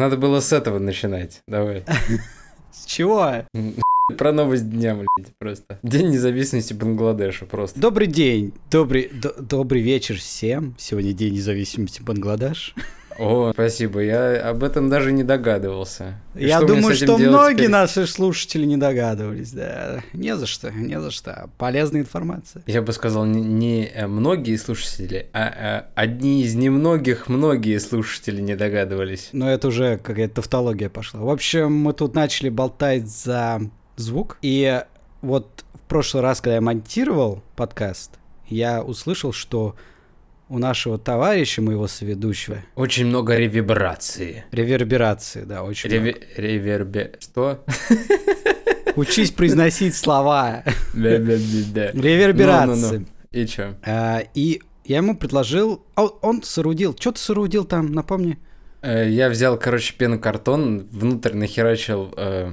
Надо было с этого начинать. Давай. С чего? Про новость дня, блядь, просто. День независимости Бангладеша просто. Добрый день, добрый вечер всем. Сегодня День независимости Бангладеш. О, спасибо, я об этом даже не догадывался. Я думаю, что многие наши слушатели не догадывались, да. Не за что. Полезная информация. Я бы сказал, не многие слушатели, а одни из немногих многие слушатели не догадывались. Но это уже какая-то тавтология пошла. В общем, мы тут начали болтать за звук. И вот в прошлый раз, когда я монтировал подкаст, я услышал, что у нашего товарища, моего соведущего... Очень много реверберации. Реверберации, да, очень много. Что? Учись произносить слова. Реверберации. И чё? И я ему предложил... Он соорудил... Что ты соорудил там, напомни? Я взял, пенокартон, внутрь нахерачил,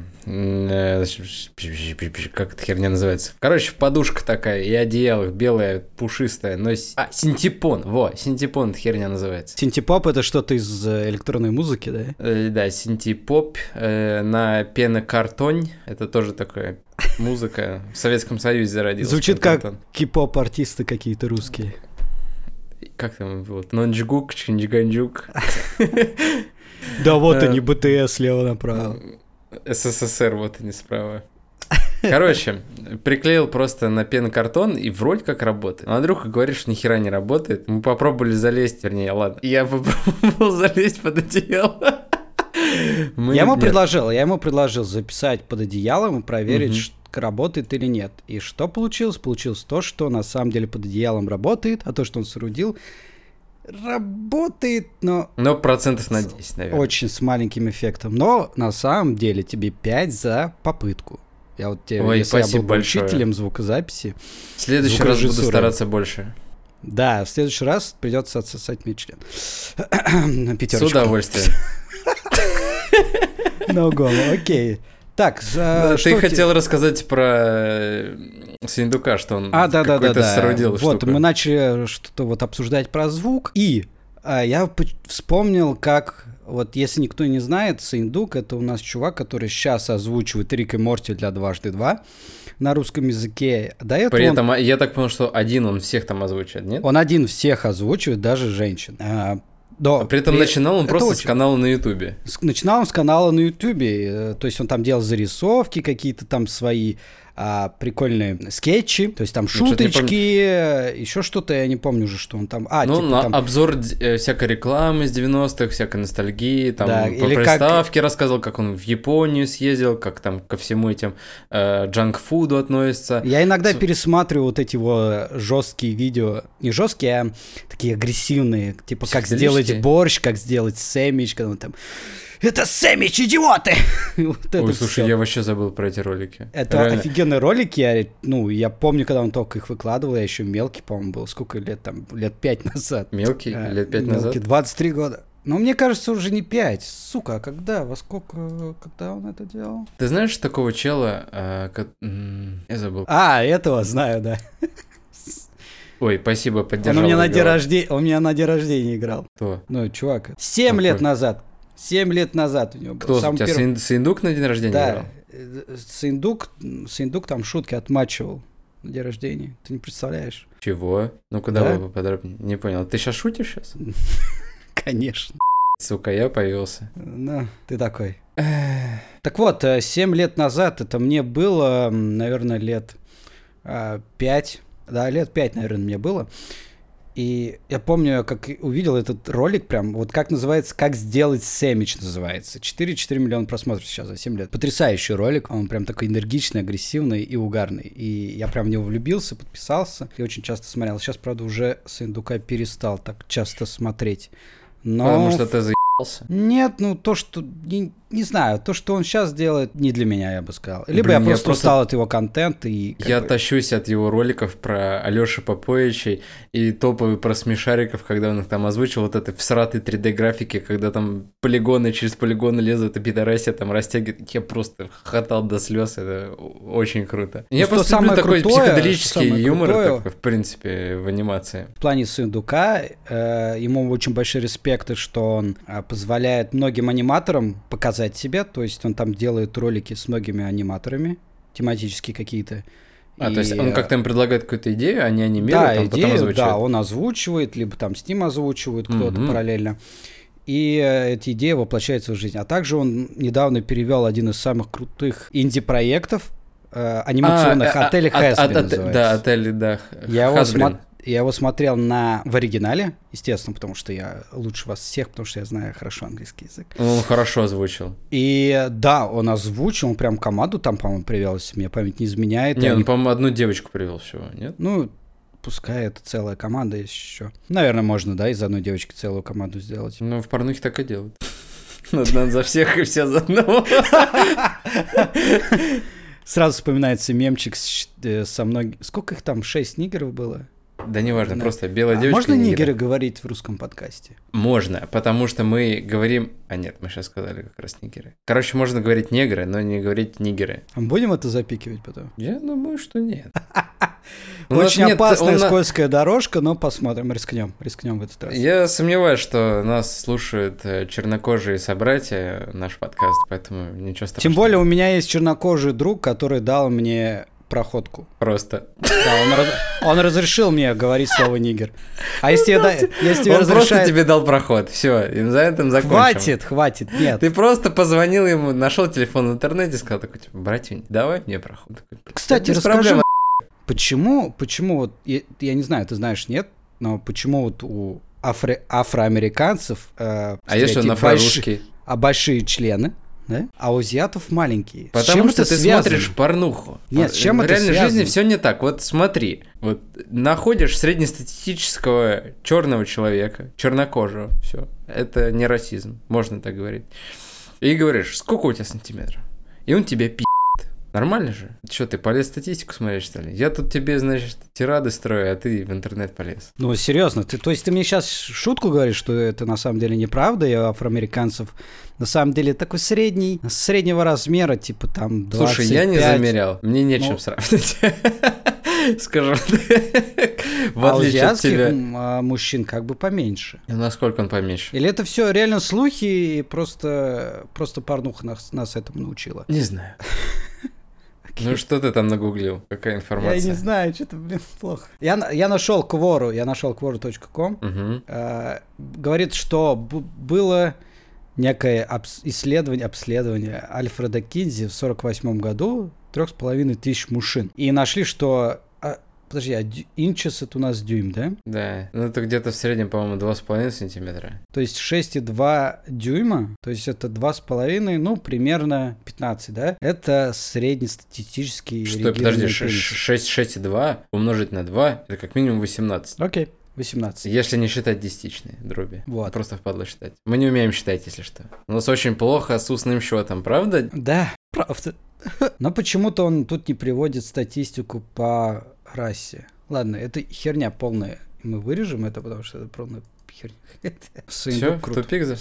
как эта херня называется? Подушка такая и одеяло белое, пушистое, но... синтепон, синтепон эта херня называется. Синтепоп — это что-то из электронной музыки, да? Да, синтепоп на пенокартоне, это тоже такая музыка, в Советском Союзе зародилась. Звучит как кей-поп-артисты какие-то русские. Как там было? Нонджгук, Чинджиганджук. Да вот они, БТС слева направо. СССР, вот они справа. Приклеил просто на пенокартон, и вроде как работает. А Андрюха говорит, что нихера не работает. Мы попробовали залезть, я попробовал залезть под одеяло. Я ему предложил записать под одеялом и проверить, что работает или нет. И что получилось? Получилось то, что на самом деле под одеялом работает, а то, что он соорудил, работает, но... Но процентов на 10, наверное. Очень с маленьким эффектом. Но на самом деле тебе 5 за попытку. Я вот тебе, если я был бы учителем звукозаписи... В следующий раз буду стараться больше. Да, в следующий раз придется отсосать мне член. С удовольствием. На голову, окей. Так, ты хотел рассказать про Сындука, что он какой-то соорудил штуку. Вот, мы начали что-то вот обсуждать про звук, и я вспомнил, как, вот если никто не знает, Сындук — это у нас чувак, который сейчас озвучивает Рик и Морти для 2x2 на русском языке. До этого при этом, я так понял, что один он всех там озвучивает, нет? Он один всех озвучивает, даже женщин. При этом начинал он просто с канала на Ютубе. Начинал он с канала на Ютубе, то есть он там делал зарисовки какие-то там свои прикольные скетчи, то есть там шуточки, еще что-то, я не помню уже, что он там... там... обзор всякой рекламы с 90-х, всякой ностальгии, там про приставки рассказывал, как он в Японию съездил, как там ко всему этим джанк-фуду относится. Я иногда пересматриваю вот эти его жесткие видео, не жесткие, а такие агрессивные, типа как сделать борщ, как сделать сэндвич, когда он там... Это сэндвич, идиоты! Ой, слушай, я вообще забыл про эти ролики. Это реально офигенные ролики. Я помню, когда он только их выкладывал, я еще мелкий, по-моему, был. Сколько лет там? Лет 5 назад. Мелкий? Лет 5 назад? 23 года. Но мне кажется, уже не 5. Сука, а когда? Во сколько? Когда он это делал? Ты знаешь такого чела? Я забыл. Этого знаю, да. Ой, спасибо, поддержал. Он у меня на день рождения играл. Кто? Чувак. 7 лет назад. 7 лет назад у него был. Кто у тебя, Сындук на день рождения играл? Да, Сындук там шутки отмачивал на день рождения. Ты не представляешь. Чего? Ну-ка, давай поподробнее. Не понял. Ты сейчас шутишь сейчас? Конечно. Сука, я повелся. Ну, ты такой. Так вот, 7 лет назад это мне было, наверное, лет 5. Да, лет 5, наверное, мне было. И я помню, как увидел этот ролик, прям, вот как называется, «Как сделать сэндвич» называется. 4 миллиона просмотров сейчас за 7 лет. Потрясающий ролик, он прям такой энергичный, агрессивный и угарный. И я прям в него влюбился, подписался и очень часто смотрел. Сейчас, правда, уже Сындука перестал так часто смотреть. Но... Потому что ты заебался? Нет, то, что... не знаю, то, что он сейчас делает, не для меня, я бы сказал. Либо я просто устал от его контента. Я тащусь от его роликов про Алёшу Поповичей и топовый про смешариков, когда он их там озвучил, вот этой всратой 3D-графики, когда там полигоны через полигоны лезут, и пидорасия там растягивает. Я просто хохотал до слез, это очень круто. Я просто люблю такой психоделический юмор, такой, в принципе, в анимации. В плане Сындука ему очень большой респект, что он позволяет многим аниматорам показать себя, то есть он там делает ролики с многими аниматорами, тематические какие-то. То есть он как-то им предлагает какую-то идею, они анимируют, потом озвучивает. Да, он озвучивает, либо там с ним озвучивают кто-то параллельно. И эти идеи воплощаются в жизнь. А также он недавно перевел один из самых крутых инди-проектов анимационных, «Отель Хэсбин» называется. Да, «Отель», да. Я его смотрел в оригинале, естественно, потому что я лучше вас всех, потому что я знаю хорошо английский язык. Он хорошо озвучил. И да, он озвучил, он прям команду там, по-моему, привел, если мне память не изменяет. Не, он, по-моему, одну девочку привел всего, нет? Ну, пускай это целая команда есть еще. Наверное, можно, да, из одной девочки целую команду сделать. Ну, в порнухе так и делают. Одна за всех и все за одного. Сразу вспоминается мемчик со многими... Сколько их там? 6 нигеров было? Да неважно, просто белая девочка. Можно нигеры говорить в русском подкасте? Можно, потому что мы говорим... А нет, мы сейчас сказали как раз нигеры. Короче, можно говорить негры, но не говорить нигеры. А будем это запикивать потом? Я думаю, что нет. Очень опасная скользкая дорожка, но посмотрим, рискнем в этот раз. Я сомневаюсь, что нас слушают чернокожие собратья, наш подкаст, поэтому ничего страшного. Тем более у меня есть чернокожий друг, который дал мне проходку. Просто. Да, он разрешил мне говорить слово «нигер». А если тебе он просто тебе дал проход. Все, и за этим закончим. Хватит, нет. Ты просто позвонил ему, нашел телефон в интернете и сказал такой, типа, братюнь, давай мне проход. Кстати, расскажи, почему вот, я не знаю, ты знаешь, нет, но почему вот у афроамериканцев если он афро-русский? Большие члены, да? А у азиатов маленькие. Потому что ты смотришь порнуху. Нет, с чем это связано? В реальной жизни все не так. Вот смотри, вот находишь среднестатистического черного человека, чернокожего, все. Это не расизм, можно так говорить. И говоришь, сколько у тебя сантиметров? И он тебя пи***. Нормально же? Что, ты полез статистику смотреть, что ли? Я тут тебе, значит, тирады строю, а ты в интернет полез. Ну, серьезно, то есть ты мне сейчас шутку говоришь, что это на самом деле неправда, и у афроамериканцев на самом деле такой среднего размера, типа там 25. Слушай, я не замерял, мне нечем сравнить. Скажем так. А у азиатских мужчин как бы поменьше. И насколько он поменьше? Или это все реально слухи, и просто порнуха нас этому научила? Не знаю. Ну что ты там нагуглил? Какая информация? Я не знаю, что-то, плохо. Я нашел Quora, quora.com. Говорит, что было некое обследование Альфреда Кинзи в 1948 году 3500 мужчин. И нашли, что... Подожди, инчес это у нас дюйм, да? Да, ну это где-то в среднем, по-моему, 2,5 сантиметра. То есть 6,2 дюйма, то есть это 2,5, ну, примерно 15, да? Это среднестатистический что, подожди, 6,2 умножить на 2, это как минимум 18. Окей. 18. Если не считать десятичные дроби. Вот. Просто впадло считать. Мы не умеем считать, если что. У нас очень плохо с устным счетом, правда? Да, правда. Но почему-то он тут не приводит статистику по расе. Ладно, это херня полная. Мы вырежем это, потому что это полная херня. Все, в тупик за...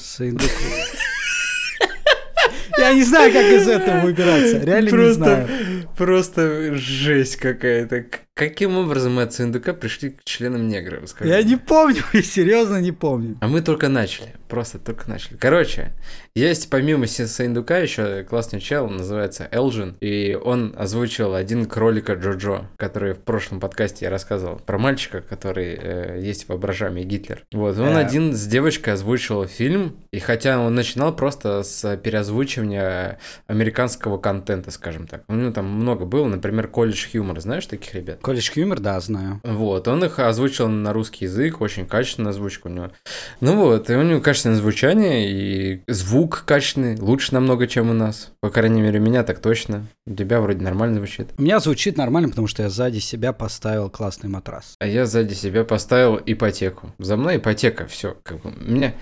Я не знаю, как из этого выбираться. Реально не знаю. Просто жесть какая-то. Каким образом мы от Сындука пришли к членам негра? Я не помню, серьезно не помню. А мы только начали, просто только начали. Короче, есть помимо Сындука еще классный чел, называется Элджин, и он озвучил один кролика Джоджо, который в прошлом подкасте я рассказывал про мальчика, который есть в «Воображаемый Гитлер». Вот, он один с девочкой озвучил фильм, и хотя он начинал просто с переозвучивания американского контента, скажем так. У него там много было, например, «Колледж Хьюмор», знаешь таких ребят? «Колледж Хьюмор», да, знаю. Вот, он их озвучил на русский язык, очень качественная озвучка у него. Ну вот, и у него качественное звучание, и звук качественный, лучше намного, чем у нас. По крайней мере, у меня так точно. У тебя вроде нормально звучит. У меня звучит нормально, потому что я сзади себя поставил классный матрас. А я сзади себя поставил ипотеку. За мной ипотека, все. Как бы,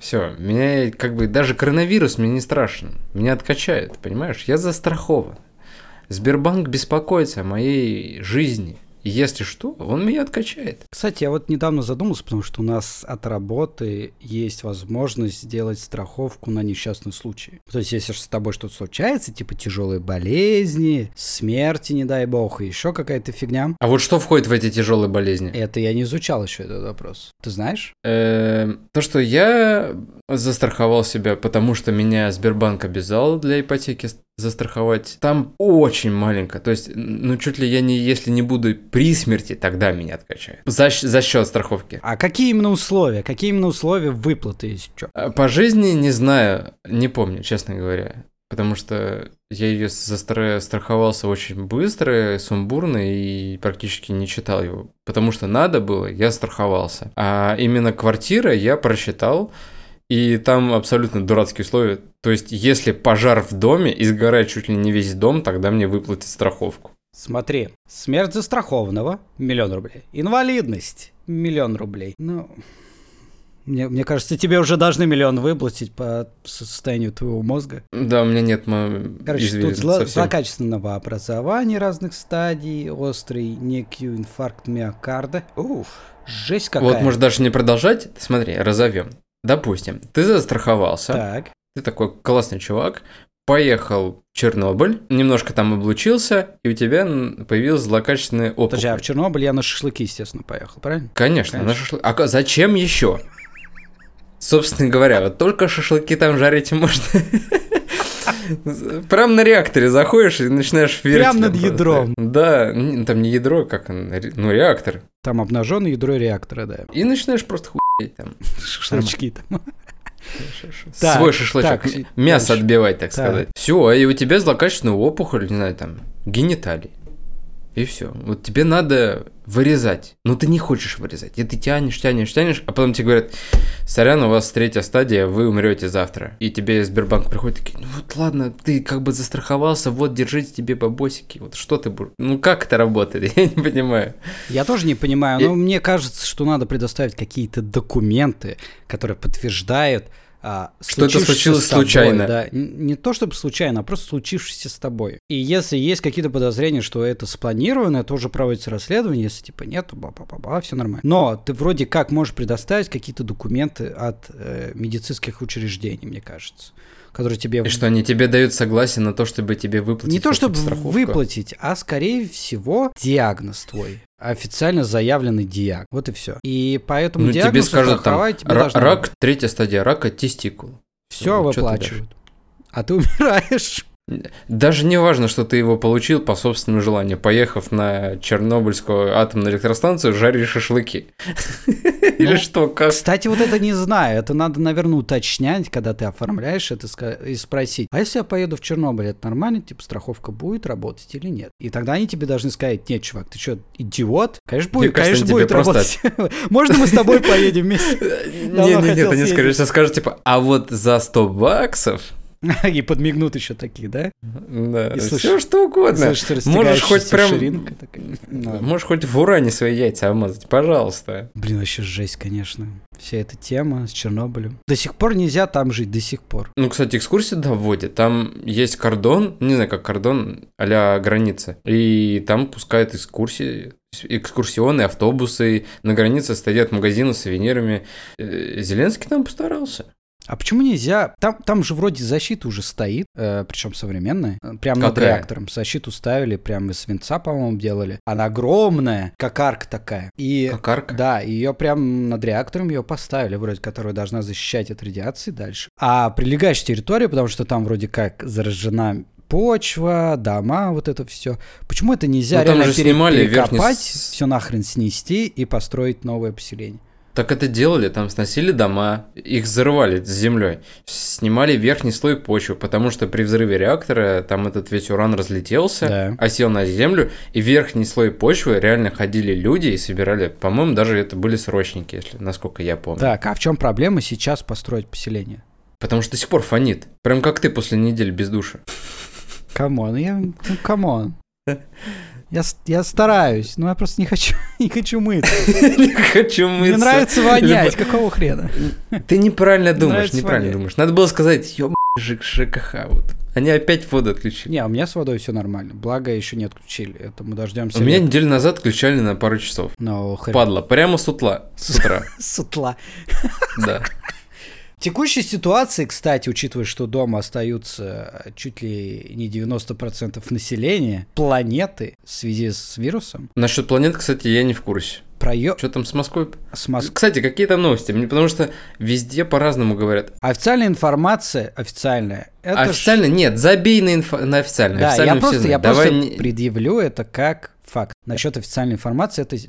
Все, меня как бы даже коронавирус мне не страшен. Меня откачает, понимаешь? Я застрахован. Сбербанк беспокоится о моей жизни. И если что, он меня откачает. Кстати, я вот недавно задумался, потому что у нас от работы есть возможность сделать страховку на несчастный случай. То есть, если с тобой что-то случается, типа тяжелые болезни, смерти, не дай бог, и еще какая-то фигня. А вот что входит в эти тяжелые болезни? Это я не изучал еще этот вопрос. Ты знаешь? То, что я застраховал себя, потому что меня Сбербанк обязал для ипотеки застраховать, там очень маленько. То есть, ну, чуть ли я не, если не буду при смерти, тогда меня откачают. За счет страховки. А какие именно условия? Какие именно условия выплаты, если что? По жизни не знаю, не помню, честно говоря. Потому что я ее застраховался очень быстро, сумбурно и практически не читал его. Потому что надо было, я страховался. А именно квартира я прочитал. И там абсолютно дурацкие условия. То есть, если пожар в доме и сгорает чуть ли не весь дом, тогда мне выплатят страховку. Смотри, смерть застрахованного – 1 000 000 рублей. Инвалидность – 1 000 000 рублей. Ну, мне кажется, тебе уже должны 1 000 000 выплатить по состоянию твоего мозга. Да, у меня нет, Короче, тут злокачественного образования разных стадий, острый некий инфаркт миокарда. Уф, жесть какая. Вот, может, даже не продолжать? Смотри, разовьем. Допустим, ты застраховался, так. Ты такой классный чувак, поехал в Чернобыль, немножко там облучился, и у тебя появилась злокачественная опухоль. Подожди, а в Чернобыль я на шашлыки, естественно, поехал, правильно? Конечно. На шашлыки. А зачем еще? Собственно говоря, вот только шашлыки там жарить можно. Прям на реакторе заходишь и начинаешь вертеть. Прям над ядром. Да, там не ядро, как реактор. Там обнаженное ядро реактора, да. И начинаешь просто хуеть там. Шашлычки там. Свой шашлычок. Мясо отбивать, так сказать. Все, и у тебя злокачественная опухоль, не знаю, там, гениталий. И все. Вот тебе надо вырезать. Но ты не хочешь вырезать. И ты тянешь, а потом тебе говорят: сорян, у вас 3-я стадия, вы умрете завтра. И тебе Сбербанк приходит такие: ну вот ладно, ты как бы застраховался, вот держите тебе бабосики. Вот что ты будешь. Ну как это работает? Я не понимаю. Я тоже не понимаю, но мне кажется, что надо предоставить какие-то документы, которые подтверждают, что это случилось случайно. Да. Не то чтобы случайно, а просто случившееся с тобой. И если есть какие-то подозрения, что это спланировано, то уже проводится расследование. Если типа нет, все нормально. Но ты вроде как можешь предоставить какие-то документы от медицинских учреждений, мне кажется, которые тебе... И что, они тебе дают согласие на то, чтобы тебе выплатить? Не то, чтобы страховку? выплатить, а скорее всего диагноз твой. Официально заявленный диагноз. Вот и все. И поэтому диагноз тебе скажут там рак, 3-я стадия рака тестикул. Все выплачивают. А ты умираешь. Даже не важно, что ты его получил по собственному желанию, поехав на Чернобыльскую атомную электростанцию, жаришь шашлыки. Или что, как? Кстати, вот это не знаю. Это надо, наверное, уточнять, когда ты оформляешь это, и спросить: а если я поеду в Чернобыль, это нормально? Типа, страховка будет работать или нет? И тогда они тебе должны сказать: нет, чувак, ты что, идиот? Конечно, будет работать. Можно мы с тобой поедем вместе? Нет, они, скорее всего, скажут, типа, а вот за $100... И подмигнут еще такие, да? Да, все что угодно. Можешь хоть прям... Можешь хоть в уране свои яйца обмазать, пожалуйста. Блин, вообще жесть, конечно. Вся эта тема с Чернобылем. До сих пор нельзя там жить, до сих пор. Ну, кстати, экскурсии туда вводят. Там есть кордон, не знаю, как кордон а-ля граница. И там пускают экскурсии. Экскурсионные автобусы. На границе стоят магазины с сувенирами. Зеленский там постарался. А почему нельзя? Там же вроде защита уже стоит, причем современная. Прямо над реактором. Защиту ставили, прямо из свинца, по-моему, делали. Она огромная, как арка такая. Как арка? Да, ее прямо над реактором ее поставили, вроде, которая должна защищать от радиации дальше. А прилегающая территория, потому что там вроде как заражена почва, дома, вот это все. Почему это нельзя реально перекопать, все нахрен снести и построить новое поселение? Так это делали, там сносили дома, их взрывали с землей, снимали верхний слой почвы, потому что при взрыве реактора там этот весь уран разлетелся, осел на землю, и верхний слой почвы реально ходили люди и собирали, по-моему, даже это были срочники, если, насколько я помню. Так, а в чем проблема сейчас построить поселение? Потому что до сих пор фонит, прям как ты после недели без душа. Камон, камон. Я стараюсь, но я просто не хочу мыться. Не хочу мыться. Мне нравится вонять, какого хрена? Ты неправильно думаешь, Нравится неправильно вонять. думаешь. Надо было сказать, ЖКХ, вот. Они опять воду отключили. Не, у меня с водой все нормально. Благо, еще не отключили. Это мы дождемся. У меня неделю назад отключали на пару часов. No, хрен. Падла, прямо с утра. С утла. Да. В текущей ситуации, кстати, учитывая, что дома остаются чуть ли не 90% населения планеты в связи с вирусом. Насчет планет, кстати, я не в курсе. Что там с Москвой? Кстати, какие там новости? Потому что везде по-разному говорят. Официальная информация, официальная. Официально нет, забей на официальную. Да, я просто Давай... предъявлю это как факт. Насчет официальной информации, это,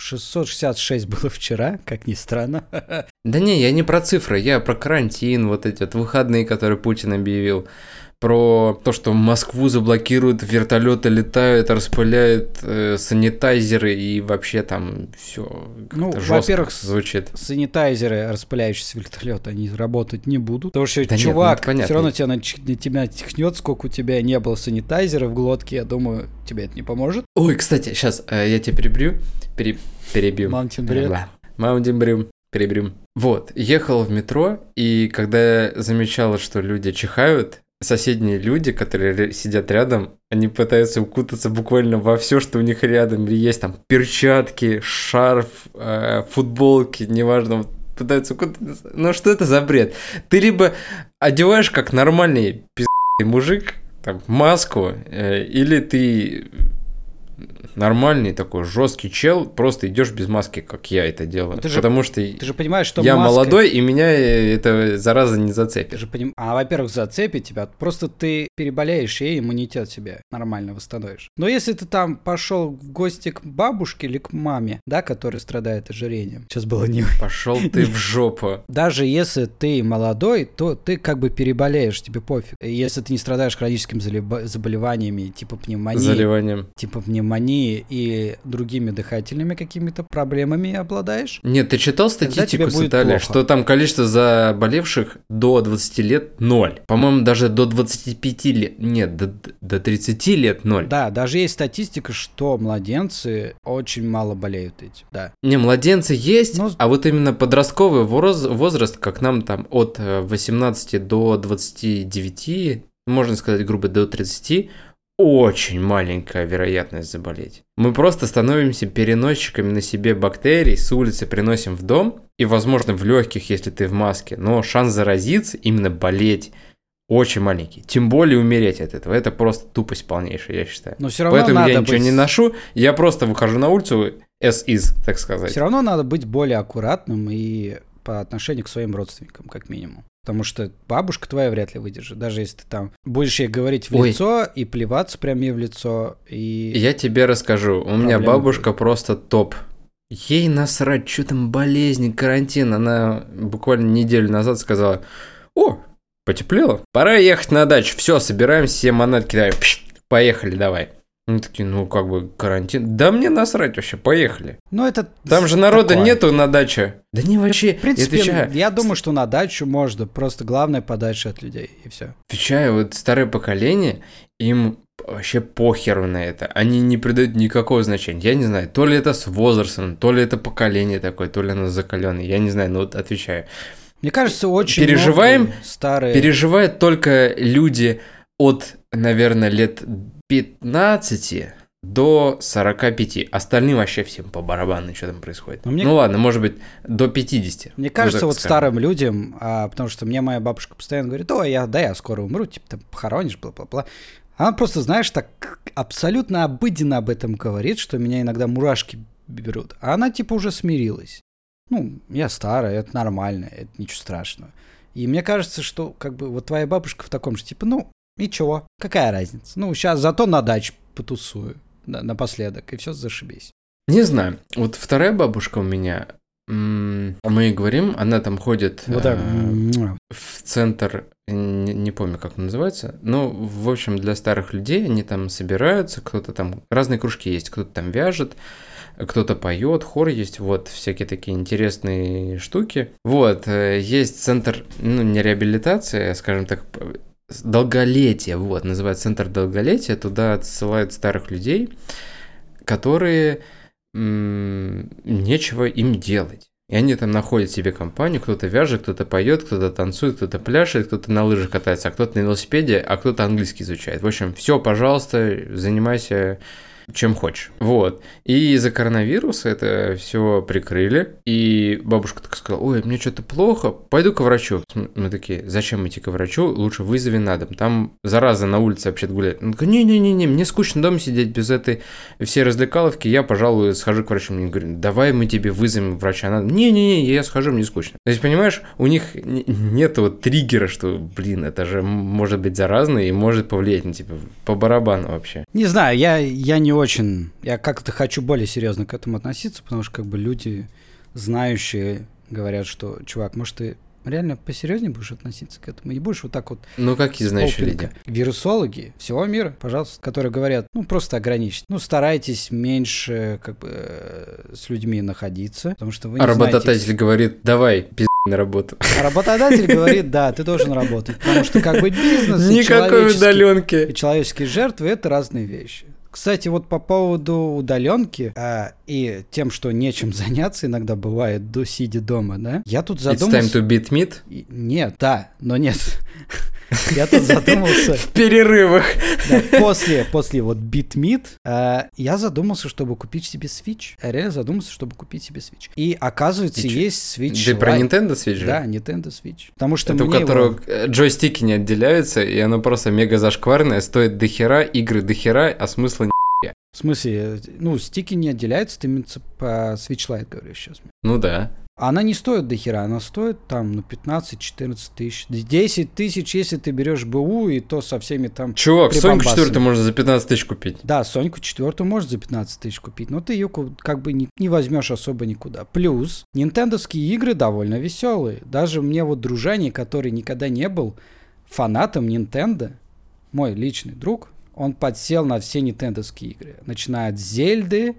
666 было вчера, как ни странно. Да не, я не про цифры, я про карантин, вот эти вот выходные, которые Путин объявил. Про то, что Москву заблокируют, вертолеты летают, распыляют санитайзеры и вообще там все во-первых, звучит. Санитайзеры, распыляющиеся вертолеты, они работать не будут. Потому что, чувак, все равно на тебя тихнет, сколько у тебя не было санитайзера в глотке, я думаю, тебе это не поможет. Ой, кстати, сейчас я тебя перебью. Маунтин перебью. Вот, ехал в метро, и когда я замечала, что люди чихают, соседние люди, которые сидят рядом, они пытаются укутаться буквально во все, что у них рядом есть, там перчатки, шарф, футболки, неважно, пытаются укутаться. Ну что это за бред? Ты либо одеваешь как нормальный пиздатый мужик, там, маску, или ты нормальный такой жесткий чел, просто идешь без маски, как я это делаю. Потому что ты же понимаешь, что я маска... молодой, и меня эта зараза не зацепит. Во-первых, зацепит тебя, просто ты переболеешь, и иммунитет себе нормально восстановишь. Но если ты там пошел в гости к бабушке или к маме, да, которая страдает ожирением, сейчас было не... Пошел ты в жопу. Даже если ты молодой, то ты как бы переболеешь, тебе пофиг. Если ты не страдаешь хроническими заболеваниями, типа пневмонии, и другими дыхательными какими-то проблемами обладаешь. Нет, ты читал статистику с Италии, что там количество заболевших до 20 лет 0. По-моему, даже до 25 лет, нет, до 30 лет 0. Да, даже есть статистика, что младенцы очень мало болеют этим, да. Не, младенцы есть, а вот именно подростковый возраст, как нам там от 18 до 29, можно сказать, грубо, до 30, очень маленькая вероятность заболеть. Мы просто становимся переносчиками на себе бактерий, с улицы приносим в дом, и, возможно, в легких, если ты в маске, но шанс заразиться, именно болеть, очень маленький. Тем более умереть от этого. Это просто тупость полнейшая, я считаю. Но все равно поэтому надо я ничего не ношу, я просто выхожу на улицу as is, так сказать. Все равно надо быть более аккуратным и по отношению к своим родственникам, как минимум. Потому что бабушка твоя вряд ли выдержит, даже если ты там будешь ей говорить в лицо и плеваться прямо ей в лицо. И я тебе расскажу, у меня бабушка просто топ. Ей насрать, что там болезнь, карантин. Она буквально неделю назад сказала: о, потеплело, пора ехать на дачу, все, собираемся, все манатки, давай, поехали, давай. Они такие, как бы карантин. Да мне насрать вообще, поехали. Там же народа нету на даче. Да не вообще. В принципе, я думаю, что на дачу можно, просто главное подальше от людей, и все. Отвечаю, вот старое поколение, им вообще похеру на это. Они не придают никакого значения. Я не знаю, то ли это с возрастом, то ли это поколение такое, то ли оно закаленное. Я не знаю, но вот отвечаю. Мне кажется, очень старые... Переживают только люди от, наверное, лет 15 до 45. Остальным вообще всем по барабану, что там происходит. Ладно, может быть, до 50. Мне кажется, вот старым людям, потому что мне моя бабушка постоянно говорит: я скоро умру, типа, ты похоронишь, бла-бла-бла. Она просто, знаешь, так абсолютно обыденно об этом говорит, что меня иногда мурашки берут. А она, типа, уже смирилась. Я старая, это нормально, это ничего страшного. И мне кажется, что, как бы, вот твоя бабушка в таком же, типа, и чего? Какая разница? Сейчас зато на даче потусую напоследок, и все, зашибись. Не знаю. Вот вторая бабушка у меня, мы говорим, она там ходит в центр, не помню, как он называется, но, в общем, для старых людей они там собираются, кто-то там, разные кружки есть, кто-то там вяжет, кто-то поет, хор есть, вот, всякие такие интересные штуки. Вот, есть центр, не реабилитация, скажем так, долголетие, вот, называется центр долголетия, туда отсылают старых людей, которые нечего им делать. И они там находят себе компанию, кто-то вяжет, кто-то поет, кто-то танцует, кто-то пляшет, кто-то на лыжах катается, а кто-то на велосипеде, а кто-то английский изучает. В общем, все, пожалуйста, занимайся чем хочешь. Вот. И из-за коронавируса это все прикрыли. И бабушка так сказала: ой, мне что-то плохо, пойду к врачу. Мы такие: зачем идти к врачу? Лучше вызови на дом. Там зараза на улице вообще-то гуляет. Он такой: не-не-не, мне скучно дома сидеть без этой всей развлекаловки, я, пожалуй, схожу к врачу. Мне говорят: давай мы тебе вызовем врача. Она: не-не-не, я схожу, мне скучно. То есть, понимаешь, у них нет вот триггера, что, блин, это же может быть заразно и может повлиять на тебя по барабану вообще. Не знаю, я не очень... Я как-то хочу более серьезно к этому относиться, потому что как бы люди, знающие, говорят, что, чувак, может, ты реально посерьезнее будешь относиться к этому, не будешь вот так вот... Ну, какие знающие люди? Вирусологи всего мира, пожалуйста, которые говорят, просто ограничить. Старайтесь меньше как бы с людьми находиться, потому что вы не знаете... работодатель говорит: давай, на работу. А работодатель говорит: да, ты должен работать, потому что как бы бизнес никакой удаленки и человеческие жертвы — это разные вещи. Кстати, вот по поводу удаленки и тем, что нечем заняться иногда бывает, сидя дома, да, я тут задумался... It's time to beat meat? Нет, да, но нет. Я тут задумался... В перерывах. После вот beat meat я задумался, чтобы купить себе Switch. Я реально задумался, чтобы купить себе Switch. И оказывается, есть Switch. Ты про Nintendo Switch же? Да, Nintendo Switch. Потому что это у которого джойстики не отделяются, и оно просто мега зашкварное, стоит дохера, игры дохера, а смысла не. В смысле, стики не отделяются, ты именно по Switch Lite говоришь сейчас. Ну да. Она не стоит дохера, она стоит там 15-14 тысяч. 10 тысяч, если ты берешь БУ, и то со всеми там... Чувак, Соньку 4 можно за 15 тысяч купить. Да, Соньку 4 можно за 15 тысяч купить, но ты ее как бы не возьмешь особо никуда. Плюс, нинтендовские игры довольно веселые. Даже мне вот дружане, который никогда не был фанатом Nintendo, мой личный друг, он подсел на все нинтендовские игры. Начиная от Зельды,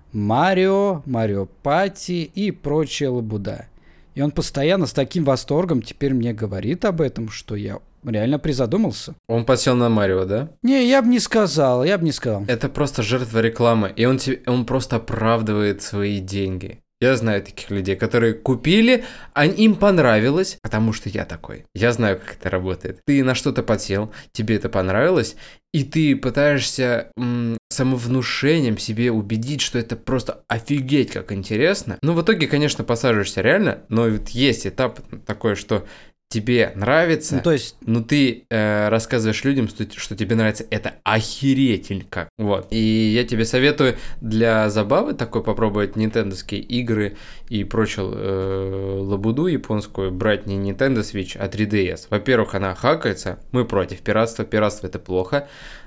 Марио Пати и прочая лабуда. И он постоянно с таким восторгом теперь мне говорит об этом, что я реально призадумался. Он подсел на Марио, да? Не, я бы не сказал. Это просто жертва рекламы, и он просто оправдывает свои деньги. Я знаю таких людей, которые купили, а им понравилось, потому что я такой. Я знаю, как это работает. Ты на что-то подсел, тебе это понравилось, и ты пытаешься самовнушением себе убедить, что это просто офигеть как интересно. Ну, в итоге, конечно, посаживаешься реально, но вот есть этап такой, что тебе нравится, но ты рассказываешь людям, что тебе нравится это охереть как. Вот. И я тебе советую для забавы такой попробовать нинтендовские игры и прочую лабуду японскую брать не Nintendo Switch, а 3DS. Во-первых, она хакается, мы против пиратства, пиратство это плохо.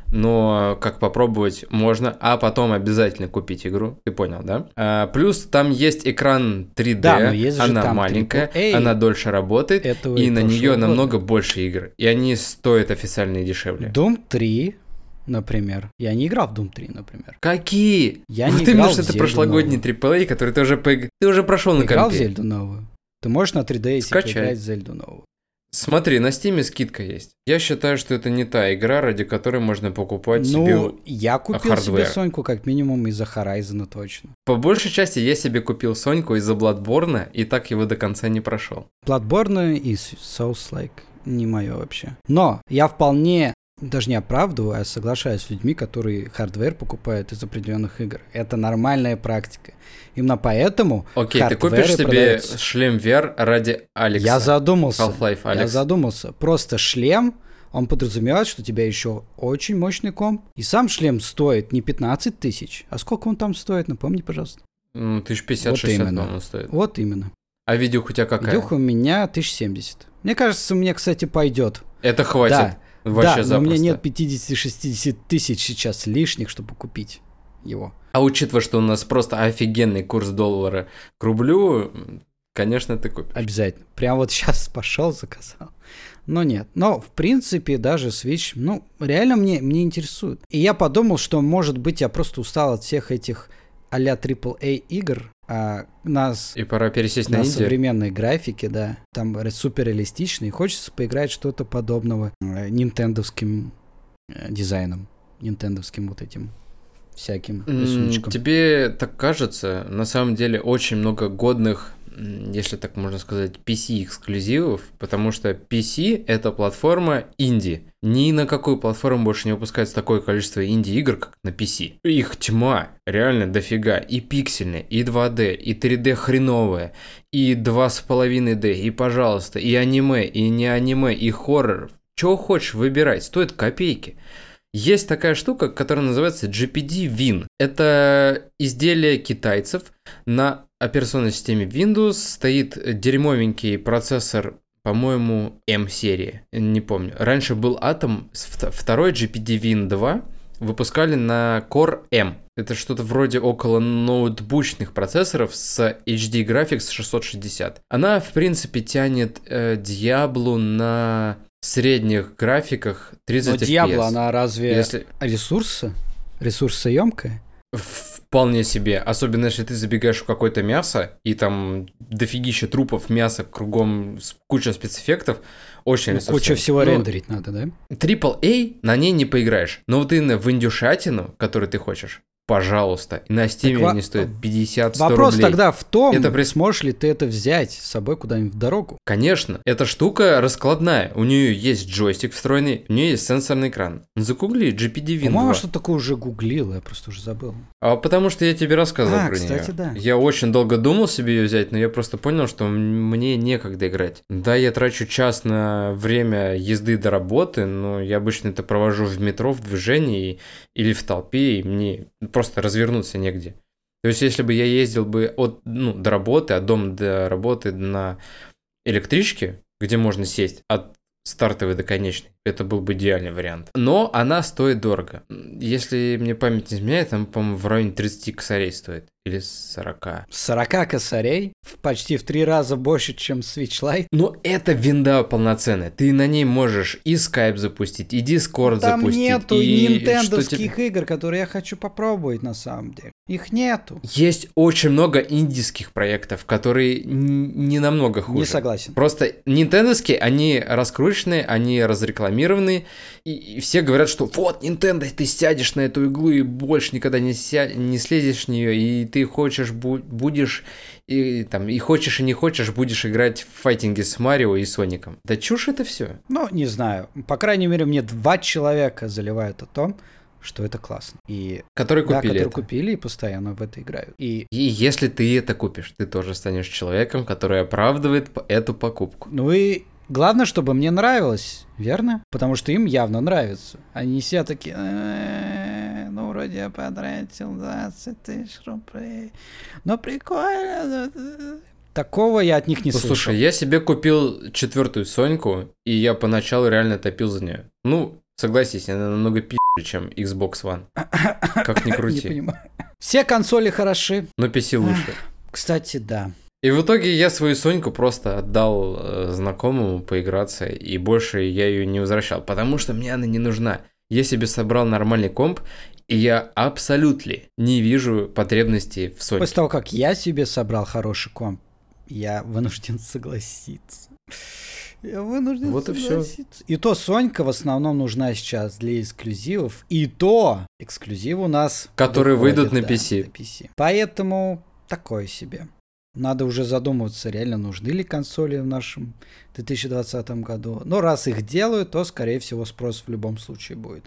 Но как попробовать можно, а потом обязательно купить игру, ты понял, да? Плюс там есть экран 3D, да, она маленькая, она дольше работает, и на нее намного больше игр, и они стоят официально и дешевле. Doom 3, например. Я не играл в Doom 3, например. Какие? Я не играл в Зельду. Это прошлогодний AAA, который ты уже прошел на компе. Играл в Зельду новую. Ты можешь на 3DS поиграть в Зельду новую. Смотри, на Steam скидка есть. Я считаю, что это не та игра, ради которой можно покупать себе я купил себе Соньку как минимум из-за Horizon точно. По большей части я себе купил Соньку из-за Bloodborne и так его до конца не прошел. Bloodborne и Souls-like не мое вообще. Но я вполне даже не оправдываю, а соглашаюсь с людьми, которые хардвер покупают из определенных игр. Это нормальная практика. Именно поэтому Окей, ты купишь себе шлем VR ради Алекса. Я задумался. Half-Life Alyx. Я задумался. Просто шлем, он подразумевает, что у тебя еще очень мощный комп. И сам шлем стоит не 15 тысяч. А сколько он там стоит? Напомни, пожалуйста. 1050-60, по-моему, стоит. Вот именно. А видюха у тебя какая? Видюха у меня 1070. Мне кажется, мне, кстати, пойдет. Это хватит. Да. Вообще да, но у меня нет 50-60 тысяч сейчас лишних, чтобы купить его. А учитывая, что у нас просто офигенный курс доллара к рублю, конечно, ты купишь. Обязательно. Прямо вот сейчас пошел, заказал. Но нет. Но, в принципе, даже Switch, реально мне интересует. И я подумал, что, может быть, я просто устал от всех этих а-ля AAA игр. И пора пересесть на современной графике, да. Там супер реалистично, и хочется поиграть что-то подобного нинтендовским дизайном, нинтендовским вот этим всяким рисуночкам. Тебе так кажется, на самом деле очень много годных, если так можно сказать, PC-эксклюзивов, потому что PC — это платформа инди. Ни на какую платформу больше не выпускается такое количество инди-игр, как на PC. Их тьма, реально дофига. И пиксельные, и 2D, и 3D хреновые, и 2,5D, и, пожалуйста, и аниме, и не аниме, и хоррор. Чего хочешь, выбирай, стоит копейки. Есть такая штука, которая называется GPD Win. Это изделие китайцев. На операционной системе Windows стоит дерьмовенький процессор, по-моему, M-серии. Не помню. Раньше был Atom, второй GPD Win 2 выпускали на Core M. Это что-то вроде около ноутбучных процессоров с HD Graphics 660. Она, в принципе, тянет Diablo на средних графиках 30 FPS. Но Diablo, она разве ресурсоемкая? Вполне себе. Особенно, если ты забегаешь в какое-то мясо, и там дофигища трупов, мяса кругом, куча спецэффектов. Очень ресурсоемко. Куча всего рендерить надо, да? AAA на ней не поиграешь. Но вот именно в индюшатину, которую ты хочешь, пожалуйста. И на Steam они стоят 50-100 рублей. Вопрос тогда в том, сможешь ли ты это взять с собой куда-нибудь в дорогу? Конечно. Эта штука раскладная. У нее есть джойстик встроенный, у нее есть сенсорный экран. Загугли GPD Win 2. По-моему, что такое уже гуглил, я просто уже забыл. А потому что я тебе рассказывал про кстати, нее. Да. Я очень долго думал себе ее взять, но я просто понял, что мне некогда играть. Да, я трачу час на время езды до работы, но я обычно это провожу в метро, в движении или в толпе, и мне просто развернуться негде. То есть, если бы я ездил бы до работы, от дома до работы на электричке, где можно сесть от стартовой до конечной, это был бы идеальный вариант. Но она стоит дорого. Если мне память не изменяет, там, по-моему, в районе 30 косарей стоит. Или 40. 40 косарей? Почти в 3 раза больше, чем Switch Lite? Но это винда полноценная. Ты на ней можешь и Skype запустить, и Discord там запустить. Там нету и нинтендовских игр, которые я хочу попробовать на самом деле. Их нету. Есть очень много индийских проектов, которые не намного хуже. Не согласен. Просто нинтендовские, они раскрученные, они разрекламированные, и все говорят, что вот, Nintendo, ты сядешь на эту иглу и больше никогда не слезешь с нее, и ты хочешь, будешь, и хочешь, и не хочешь, будешь играть в файтинги с Марио и Соником. Да чушь это все. Ну, не знаю. По крайней мере, мне 2 человека заливают о том, что это классно. Которые купили и постоянно в это играют. И если ты это купишь, ты тоже станешь человеком, который оправдывает эту покупку. Ну и главное, чтобы мне нравилось, верно? Потому что им явно нравится. Они все такие... Ну, вроде я потратил 20 тысяч рублей. Но прикольно. Такого я от них не слышал. Слушай, я себе купил 4-ю Соньку, и я поначалу реально топил за нее. Ну, согласись, она намного пи***ле, чем Xbox One. Как ни крути. Не понимаю. Все консоли хороши. Но PC лучше. Кстати, да. И в итоге я свою Соньку просто отдал знакомому поиграться, и больше я ее не возвращал, потому что мне она не нужна. Я себе собрал нормальный комп, и я абсолютно не вижу потребностей в Соньке. После того, как я себе собрал хороший комп, я вынужден согласиться. Вот согласиться. И все. И то Сонька в основном нужна сейчас для эксклюзивов. И то эксклюзивы у нас... Которые выйдут на PC. На PC. Поэтому такое себе. Надо уже задумываться, реально нужны ли консоли в нашем 2020 году. Но раз их делают, то, скорее всего, спрос в любом случае будет.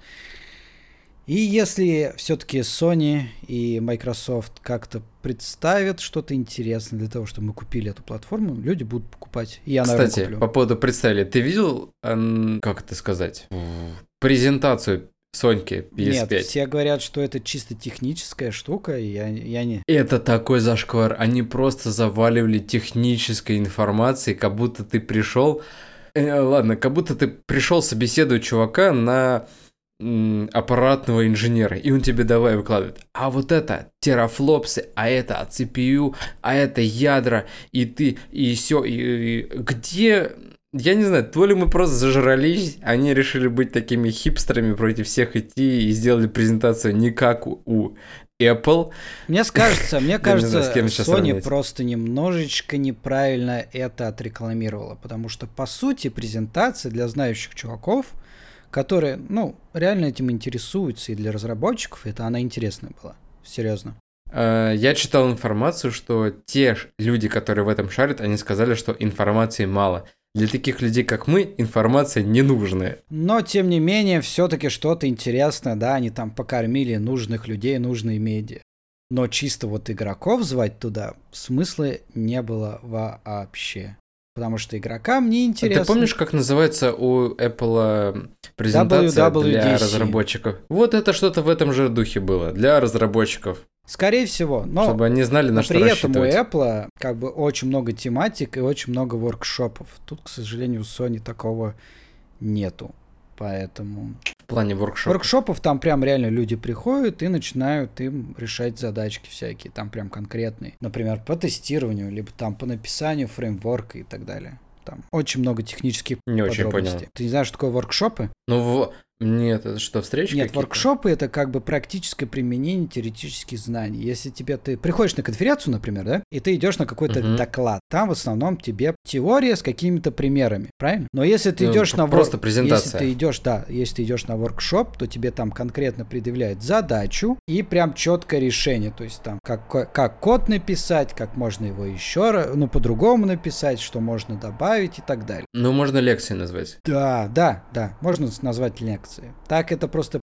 И если все-таки Sony и Microsoft как-то представят что-то интересное для того, чтобы мы купили эту платформу, люди будут покупать. И я, наверное, кстати, куплю. По поводу представили, ты видел, как это сказать, презентацию Соньки PS5? Нет, все говорят, что это чисто техническая штука, и я не... Это такой зашквар. Они просто заваливали технической информацией, как будто ты пришел... как будто ты пришел собеседовать чувака на аппаратного инженера, и он тебе давай выкладывает. А вот это терафлопсы, а это CPU, а это ядра, и ты, и все, и где... Я не знаю, то ли мы просто зажрались, они решили быть такими хипстерами, против всех идти и сделали презентацию не как у Apple. Мне кажется, Sony просто немножечко неправильно это отрекламировала, потому что, по сути, презентация для знающих чуваков, которые, реально этим интересуются, и для разработчиков она интересная была. Серьезно. Я читал информацию, что те люди, которые в этом шарят, они сказали, что информации мало. Для таких людей, как мы, информация ненужная. Но, тем не менее, все-таки что-то интересное, да, они там покормили нужных людей, нужные медиа. Но чисто вот игроков звать туда смысла не было вообще. Потому что игрокам не интересно. Ты помнишь, как называется у Apple презентация для разработчиков? Вот это что-то в этом же духе было, для разработчиков. Скорее всего, но чтобы они знали, на что при рассчитывать. этом у Apple очень много тематик и очень много воркшопов. Тут, к сожалению, у Sony такого нету. Поэтому... В плане воркшопов? Воркшопов там прям реально люди приходят и начинают им решать задачки всякие, там прям конкретные. Например, по тестированию, либо там по написанию фреймворка и так далее. Там очень много технических подробностей. Очень понял. Ты не знаешь, что такое воркшопы? Нет, это что, встречи Нет, какие-то? воркшопы — это как бы практическое применение теоретических знаний. Если ты приходишь на конференцию, например, да, и ты идешь на какой-то доклад, там в основном тебе теория с какими-то примерами, правильно? Но если ты идешь на просто презентация. Если ты идешь на воркшоп, то тебе там конкретно предъявляют задачу и прям четкое решение. То есть там как код написать, как можно его еще по-другому написать, что можно добавить и так далее. Можно лекцией назвать. Да, можно назвать лекцией. Так это просто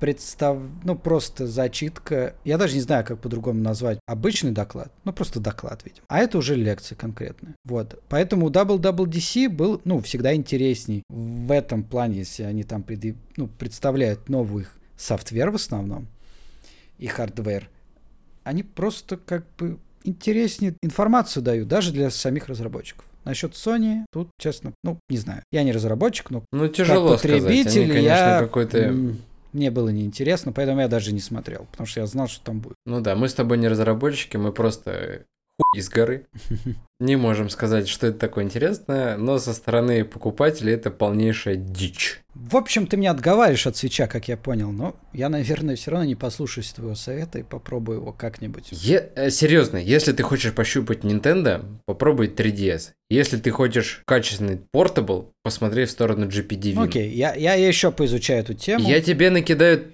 просто зачитка. Я даже не знаю, как по-другому назвать обычный доклад. Просто доклад, видимо. А это уже лекция конкретная. Вот. Поэтому WWDC был, всегда интересней в этом плане, если они там представляют новый софтвер в основном и хардвер. Они просто как бы интереснее информацию дают, даже для самих разработчиков. Насчет Sony, тут, честно, не знаю. Я не разработчик, но тяжело как потребитель, сказать. Они, конечно, какой-то... Мне было неинтересно, поэтому я даже не смотрел, потому что я знал, что там будет. Мы с тобой не разработчики, мы просто хуй из горы. Не можем сказать, что это такое интересное, но со стороны покупателей это полнейшая дичь. В общем, ты меня отговариваешь от свитча, как я понял, но я, наверное, все равно не послушаюсь твоего совета и попробую его как-нибудь. Серьезно, если ты хочешь пощупать Nintendo, попробуй 3DS. Если ты хочешь качественный портабл, посмотри в сторону GPD Win. Окей, я еще поизучаю эту тему. Я тебе накидаю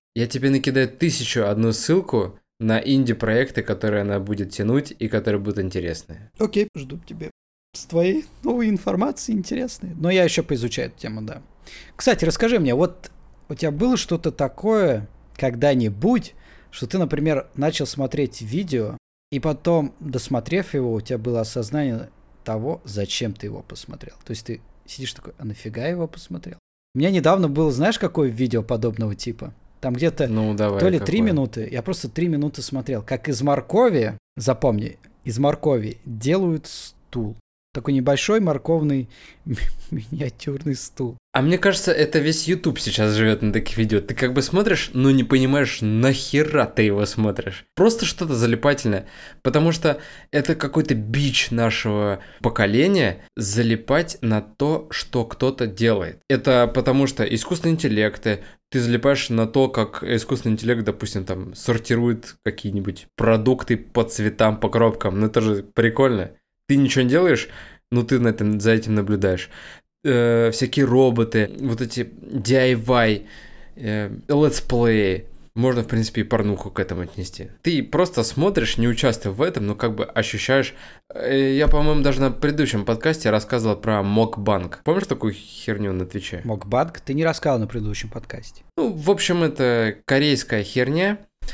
1001 ссылку на инди-проекты, которые она будет тянуть и которые будут интересны. Окей, жду тебе с твоей новой информацией интересной. Но я еще поизучаю эту тему, да. Кстати, расскажи мне, вот у тебя было что-то такое когда-нибудь, что ты, например, начал смотреть видео, и потом, досмотрев его, у тебя было осознание того, зачем ты его посмотрел. То есть ты сидишь такой, а нафига я его посмотрел? У меня недавно было, знаешь, какое видео подобного типа? Там где-то то ли 3 минуты, я просто 3 минуты смотрел, как из моркови, запомни, из моркови делают стул. Такой небольшой морковный миниатюрный стул. А мне кажется, это весь YouTube сейчас живет на таких видео. Ты как бы смотришь, но не понимаешь, нахера ты его смотришь. Просто что-то залипательное. Потому что это какой-то бич нашего поколения залипать на то, что кто-то делает. Это потому что искусственный интеллект, ты залипаешь на то, как искусственный интеллект, допустим, там сортирует какие-нибудь продукты по цветам, по коробкам. Это же прикольно. Ты ничего не делаешь, но ты за этим наблюдаешь. Всякие роботы, вот эти DIY, летсплеи. Можно, в принципе, и порнуху к этому отнести. Ты просто смотришь, не участвуя в этом, но как бы ощущаешь... Я, по-моему, даже на предыдущем подкасте рассказывал про мокбанг. Помнишь такую херню на Твиче? Мокбанг? Ты не рассказывал на предыдущем подкасте. В общем, это корейская херня,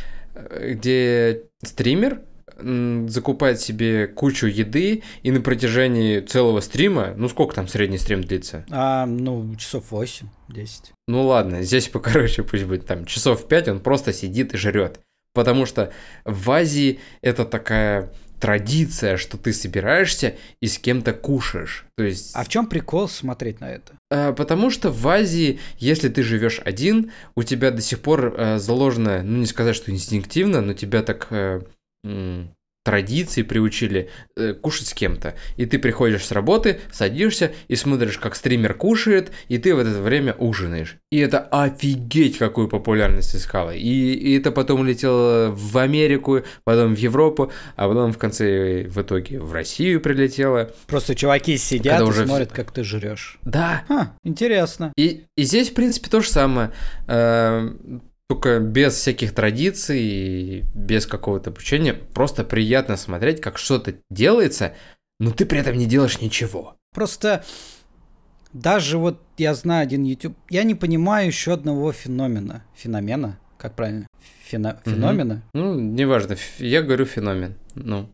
где стример закупает себе кучу еды, и на протяжении целого стрима, сколько там средний стрим длится? Часов 8-10. Ладно, здесь покороче пусть будет, там часов 5 он просто сидит и жрет. Потому что в Азии это такая традиция, что ты собираешься и с кем-то кушаешь. То есть... А в чем прикол смотреть на это? Потому что в Азии, если ты живешь один, у тебя до сих пор заложено, не сказать, что инстинктивно, но тебя так... традиции приучили кушать с кем-то. И ты приходишь с работы, садишься и смотришь, как стример кушает, и ты в это время ужинаешь. И это офигеть какую популярность искало. И это потом улетело в Америку, потом в Европу, а потом в конце, в итоге, в Россию прилетело. Просто чуваки сидят и уже смотрят, как ты жрешь. Да. Интересно. И здесь, в принципе, то же самое. Только без всяких традиций, без какого-то обучения. Просто приятно смотреть, как что-то делается, но ты при этом не делаешь ничего. Просто даже вот я знаю один YouTube... Я не понимаю еще одного феномена. Феномена? Как правильно? Феномена? Ну, неважно. Я говорю феномен. Ну.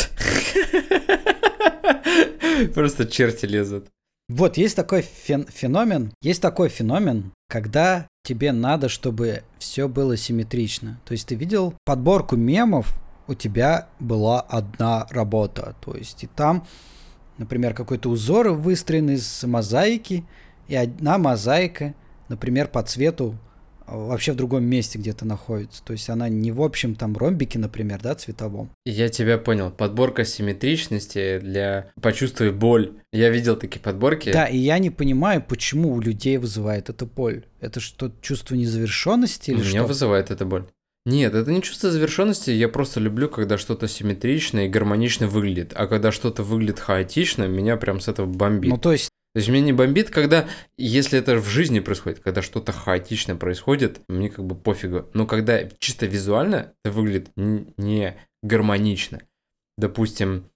Просто черти лезут. Вот, есть такой феномен, когда тебе надо, чтобы все было симметрично. То есть ты видел подборку мемов, у тебя была одна работа. То есть и там, например, какой-то узор выстроен из мозаики, и одна мозаика, например, по цвету вообще в другом месте где-то находится. То есть она не в общем там ромбике, например, да, цветовом. Я тебя понял. Подборка симметричности для «Почувствуй боль». Я видел такие подборки. Да, и я не понимаю, почему у людей вызывает это боль. Это что, чувство незавершенности или что? Меня вызывает эта боль. Нет, это не чувство завершенности, я просто люблю, когда что-то симметрично и гармонично выглядит. А когда что-то выглядит хаотично, меня прям с этого бомбит. Ну, то есть меня не бомбит, когда, если это в жизни происходит, когда что-то хаотично происходит, мне как бы пофигу. Но когда чисто визуально это выглядит не гармонично, допустим,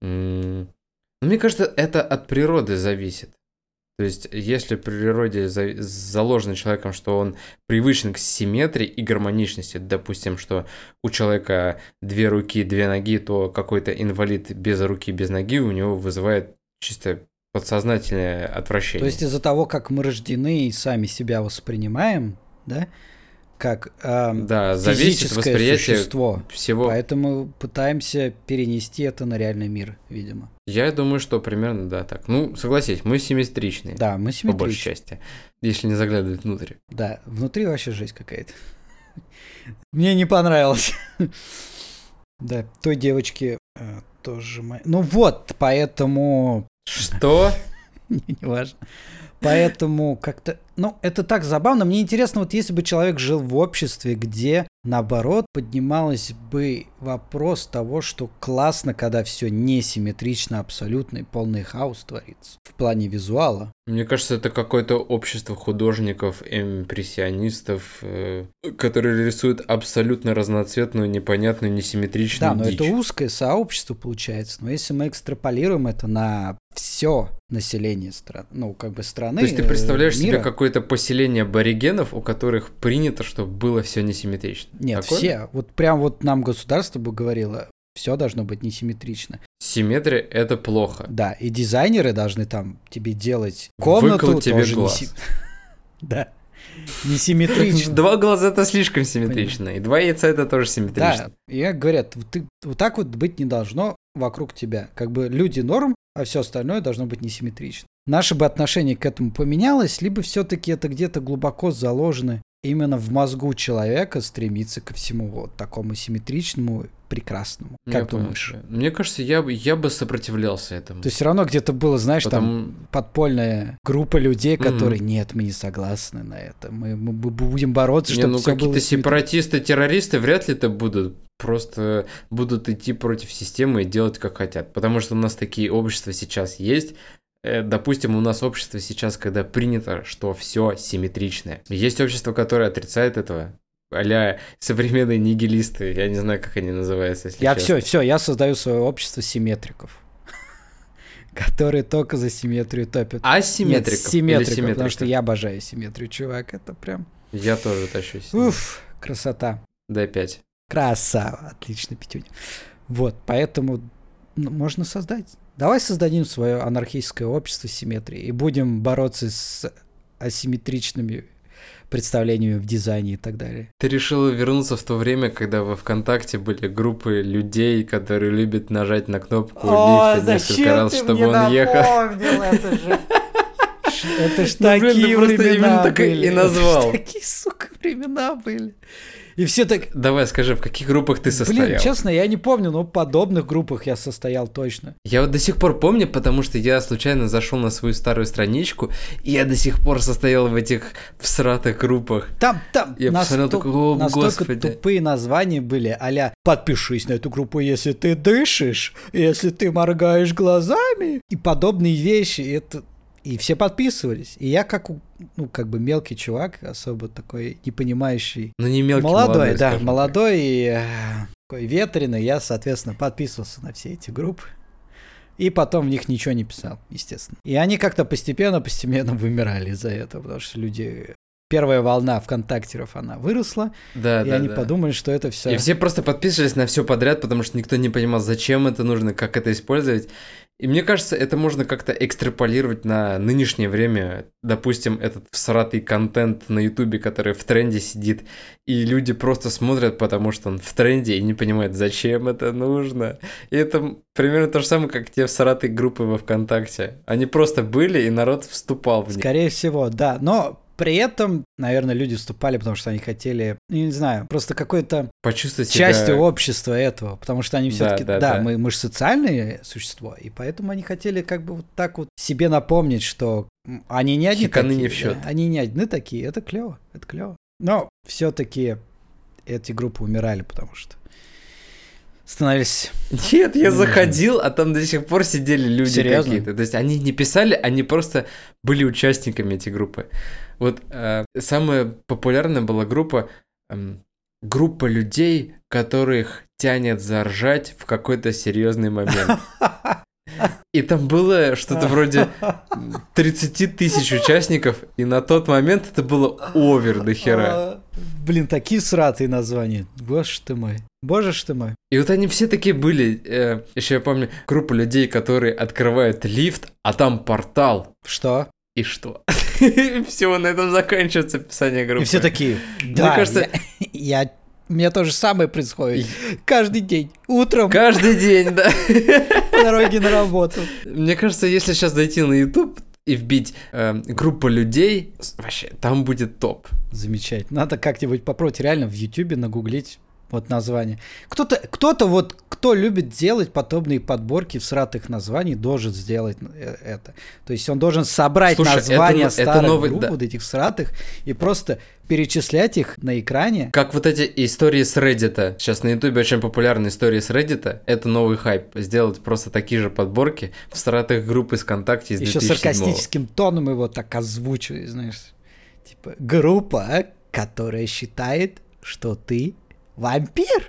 мне кажется, это от природы зависит. То есть, если в природе заложено человеком, что он привычен к симметрии и гармоничности, допустим, что у человека 2 руки, 2 ноги, то какой-то инвалид без руки, без ноги у него вызывает чисто подсознательное отвращение. То есть из-за того, как мы рождены и сами себя воспринимаем, да, как зависит восприятие существо, всего. Поэтому пытаемся перенести это на реальный мир, видимо. Я думаю, что примерно, да, так. Ну, согласись, мы симметричные. Да, мы симметричные. По большей части, если не заглядывать внутрь. Да, внутри вообще жесть какая-то. Мне не понравилось. Да, той девочке тоже... Ну вот, поэтому... Что? Не важно. Поэтому как-то... Ну, это так забавно. Мне интересно, вот если бы человек жил в обществе, где, наоборот, поднималось бы вопрос того, что классно, когда все несимметрично, абсолютно, и полный хаос творится. В плане визуала. Мне кажется, это какое-то общество художников, импрессионистов, которые рисуют абсолютно разноцветную, непонятную, несимметричную дичь. Да, но это узкое сообщество получается. Но если мы экстраполируем это на все население страны, ну, как бы страны, то есть ты представляешь мира, себе какое-то поселение аборигенов, у которых принято, чтобы было все несимметрично? Нет, такое? Все. Вот прям вот нам государство бы говорило, все должно быть несимметрично. Симметрия — это плохо. Да, и дизайнеры должны там тебе делать комнату Выколоть тебе тоже глаз. Да. Несимметрично. 2 глаза — это слишком симметрично, и 2 яйца — это тоже симметрично. Да, и говорят, вот так вот быть не должно вокруг тебя. Как бы люди норм, а все остальное должно быть несимметрично. Наше бы отношение к этому поменялось, либо все-таки это где-то глубоко заложено именно в мозгу человека стремиться ко всему вот такому симметричному, прекрасному. Как думаешь? Мне кажется, я бы сопротивлялся этому. То есть все равно где-то было, знаешь, там подпольная группа людей, которые нет, мы не согласны на это. Мы будем бороться, чтобы все было какие-то сепаратисты, террористы вряд ли это будут. Просто будут идти против системы и делать как хотят. Потому что у нас такие общества сейчас есть. Допустим, у нас общество сейчас, когда принято, что все симметричное. Есть общество, которое отрицает этого. А-ля современные нигилисты. Я не знаю, как они называются, если честно. Я создаю свое общество симметриков. Которые только за симметрию топят. Асимметриков? Нет, симметриков, потому что я обожаю симметрию, чувак. Это прям... Я тоже тащусь. Уф, красота. Дай 5. Красава, отлично, пятюня. Вот, поэтому можно создать. Давай создадим свое анархическое общество симметрии и будем бороться с асимметричными представлениями в дизайне и так далее. Ты решил вернуться в то время, когда во ВКонтакте были группы людей, которые любят нажать на кнопку лифта несколько раз, чтобы он ехал. Это же... Это ж такие времена были. И назвал. Такие, сука, времена были. И все так... Давай скажи, в каких группах ты состоял? Блин, честно, я не помню, но в подобных группах я состоял точно. Я вот до сих пор помню, потому что я случайно зашел на свою старую страничку, и я до сих пор состоял в этих всратых группах. Там Я посмотрел такой, о, настолько господи. тупые названия были, а-ля «Подпишись на эту группу, если ты дышишь, если ты моргаешь глазами» и подобные вещи. И все подписывались. И я как мелкий чувак, особо такой не понимающий. Ну не мелкий, молодой, да, скажем молодой и такой ветреный, я, соответственно, подписывался на все эти группы. И потом в них ничего не писал, естественно. И они как-то постепенно вымирали из-за этого, потому что люди... Первая волна ВКонтактеров, она выросла, и они подумали, что это все. И все просто подписывались на все подряд, потому что никто не понимал, зачем это нужно, как это использовать. И мне кажется, это можно как-то экстраполировать на нынешнее время. Допустим, этот всратый контент на Ютубе, который в тренде сидит, и люди просто смотрят, потому что он в тренде, и не понимают, зачем это нужно. И это примерно то же самое, как те всратые группы во ВКонтакте. Они просто были, и народ вступал в них. Скорее всего, да. Но при этом, наверное, люди вступали, потому что они хотели, не знаю, просто какой-то почувствовать себя частью общества этого, потому что они все-таки, да. Мы же социальные существа, и поэтому они хотели как бы вот так вот себе напомнить, что они не одни Хиканы такие, не в счет. Да, они не одни такие, это клево. Но все-таки эти группы умирали, потому что становились... Нет, я заходил, а там до сих пор сидели люди. Серьезно? Какие-то. То есть они не писали, они просто были участниками этой группы. Вот самая популярная была группа людей, которых тянет заржать в какой-то серьезный момент. И там было что-то вроде 30 тысяч участников, и на тот момент это было овер до хера. Блин, такие сратые названия. Боже ты мой. И вот они все такие были. Еще я помню группу людей, которые открывают лифт, а там портал. Что? И что? Все, на этом заканчивается описание группы. И все такие, да, мне кажется... У меня то же самое происходит. Каждый день. Утром. Каждый день, да. По дороге на работу. Мне кажется, если сейчас зайти на YouTube и вбить группа людей, вообще, там будет топ. Замечательно. Надо как-нибудь попробовать реально в YouTube нагуглить вот название. Кто-то вот, кто любит делать подобные подборки всратых названий, должен сделать это. То есть он должен собрать названия старых групп, вот этих всратых, и просто перечислять их на экране. Как вот эти истории с Reddit. Сейчас на YouTube очень популярны истории с Reddit. Это новый хайп. Сделать просто такие же подборки всратых групп из ВКонтакте из 2007-го. Еще саркастическим тоном его так озвучивают, знаешь. Типа, группа, которая считает, что ты вампир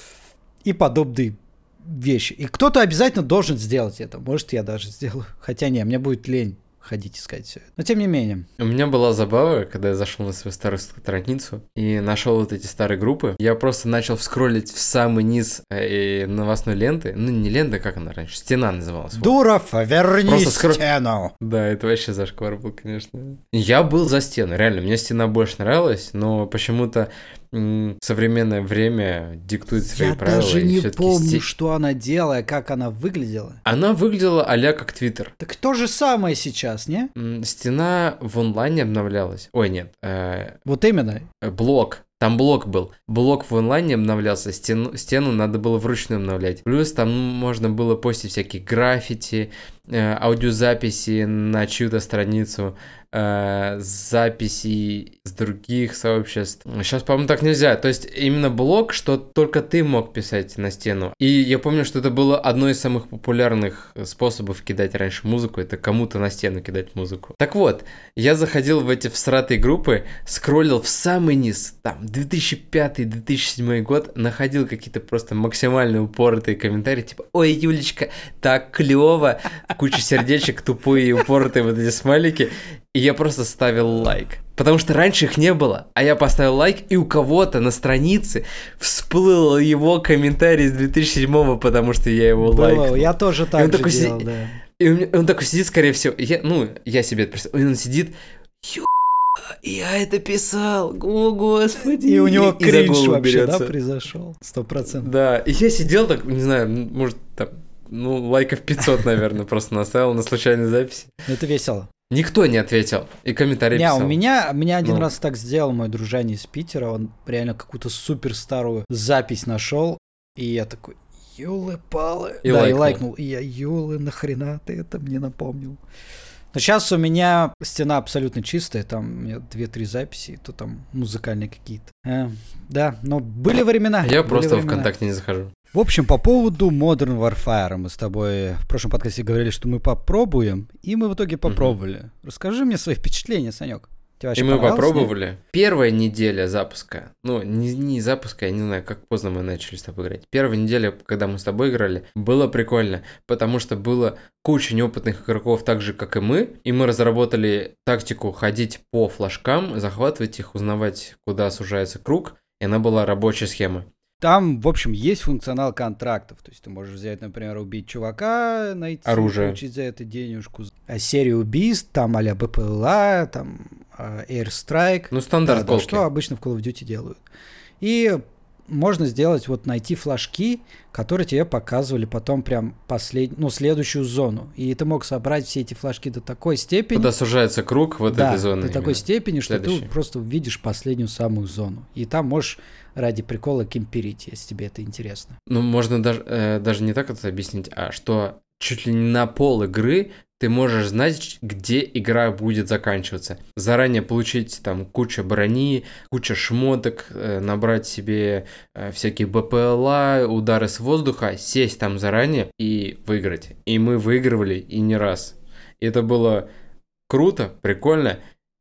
и подобные вещи. И кто-то обязательно должен сделать это. Может, я даже сделаю. Хотя не, мне будет лень ходить искать все это. Но тем не менее. У меня была забава, когда я зашел на свою старую страницу и нашел вот эти старые группы. Я просто начал вскроллить в самый низ новостной ленты. Ну, не лента, как она раньше? Стена называлась. Дуров, верни стену. Да, это вообще зашквар был, конечно. Я был за стену, реально. Мне стена больше нравилась, но почему-то современное время диктует свои правила. Я даже не помню, что она делала, как она выглядела. Она выглядела а-ля как Твиттер. Так то же самое сейчас, не? Стена в онлайне обновлялась. Ой, нет. Вот именно. Блок. Там блок был. Блок в онлайне обновлялся, стену надо было вручную обновлять. Плюс там можно было постить всякие граффити, аудиозаписи на чью-то страницу, записи с других сообществ. Сейчас, по-моему, так нельзя. То есть именно блок, что только ты мог писать на стену. И я помню, что это было одно из самых популярных способов кидать раньше музыку. Это кому-то на стену кидать музыку. Так вот, я заходил в эти всратые группы, скроллил в самый низ, там, 2005-2007 год, находил какие-то просто максимально упоротые комментарии, типа, ой, Юлечка, так клево, куча сердечек, тупые и упоротые вот эти смайлики. И я просто ставил лайк. Потому что раньше их не было. А я поставил лайк, и у кого-то на странице всплыл его комментарий с 2007-го, потому что я его лайкнул. Я тоже так же делал, да. И он такой сидит, скорее всего, я себе это представляю, он сидит, я это писал, о господи. И у него кринж вообще, да, произошел, 100%. Да, и я сидел так, не знаю, может, там, лайков 500, наверное, просто наставил на случайной записи. Это весело. Никто не ответил. И комментарий Не, писал. у меня один Ну. раз так сделал мой дружанин из Питера, он реально какую-то супер старую запись нашел, и я такой, ёлы-палы. И да, лайкнул. и лайкнул. И я, ёлы, нахрена ты это мне напомнил? Но сейчас у меня стена абсолютно чистая, там у меня 2-3 записи, то там музыкальные какие-то. Да, но были времена. Я были просто времена. ВКонтакте не захожу. В общем, по поводу Modern Warfare мы с тобой в прошлом подкасте говорили, что мы попробуем, и мы в итоге попробовали. Расскажи мне свои впечатления, Санек. Тебе вообще И мы понравилось, нет? попробовали. Первая неделя запуска, ну, не запуска, я не знаю, как поздно мы начали с тобой играть. Первая неделя, когда мы с тобой играли, было прикольно, потому что было куча неопытных игроков, так же, как и мы мы разработали тактику ходить по флажкам, захватывать их, узнавать, куда сужается круг, и она была рабочая схема. Там, в общем, есть функционал контрактов. То есть ты можешь взять, например, убить чувака, найти, Оружие. получить за это денежку. Серию убийств, там а-ля БПЛА, там Airstrike. Ну, стандарт Да, колки. что обычно в Call of Duty делают. И можно сделать, вот найти флажки, которые тебе показывали потом прям следующую зону. И ты мог собрать все эти флажки до такой степени. Куда сужается круг вот этой зоны. До такой именно. степени, что Следующий. ты просто увидишь последнюю самую зону. И там можешь ради прикола кемперить, если тебе это интересно. Ну, можно даже не так это объяснить, а что чуть ли не на пол игры ты можешь знать, где игра будет заканчиваться. Заранее получить там кучу брони, куча шмоток, набрать себе всякие БПЛА, удары с воздуха, сесть там заранее и выиграть. И мы выигрывали и не раз. И это было круто, прикольно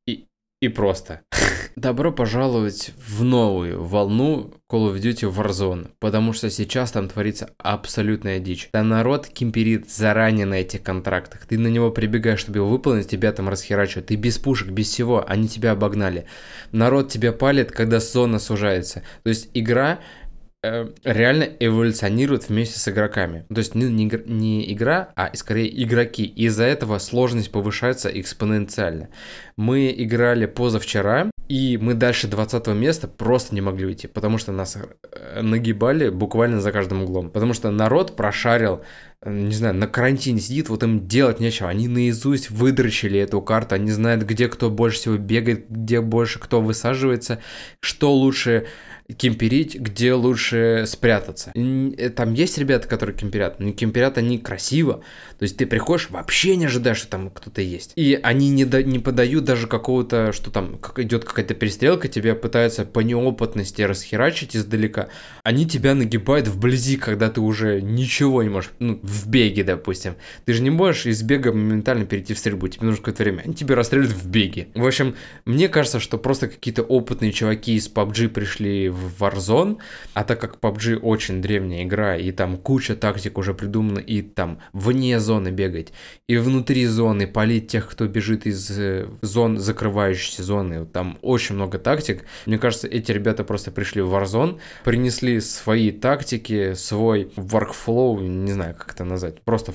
и просто. Добро пожаловать в новую волну Call of Duty Warzone, потому что сейчас там творится абсолютная дичь. Там народ кемперит заранее на этих контрактах. Ты на него прибегаешь, чтобы его выполнить, тебя там расхерачивают. Ты без пушек, без всего, они тебя обогнали. Народ тебя палит, когда зона сужается. То есть игра реально эволюционирует вместе с игроками. То есть не игра, а скорее игроки. Из-за этого сложность повышается экспоненциально. Мы играли позавчера, и мы дальше 20 места просто не могли уйти, потому что нас нагибали буквально за каждым углом. Потому что народ прошарил, не знаю, на карантине сидит, вот им делать нечего. Они наизусть выдрочили эту карту, они знают, где кто больше всего бегает, где больше кто высаживается, что лучше кемперить, где лучше спрятаться. Там есть ребята, которые кемперят, но кемперят они красиво. То есть ты приходишь, вообще не ожидаешь, что там кто-то есть. И они не подают даже какого-то, что там идет какая-то перестрелка, тебя пытаются по неопытности расхерачить издалека. Они тебя нагибают вблизи, когда ты уже ничего не можешь, ну, в беге, допустим. Ты же не можешь из бега моментально перейти в стрельбу, тебе нужно какое-то время. Они тебя расстреливают в беге. В общем, мне кажется, что просто какие-то опытные чуваки из PUBG пришли в Warzone, а так как PUBG очень древняя игра, и там куча тактик уже придумана, и там вне зоны бегать, и внутри зоны палить тех, кто бежит из зон, закрывающейся зоны, там очень много тактик. Мне кажется, эти ребята просто пришли в Warzone, принесли свои тактики, свой workflow, не знаю, как это назвать, просто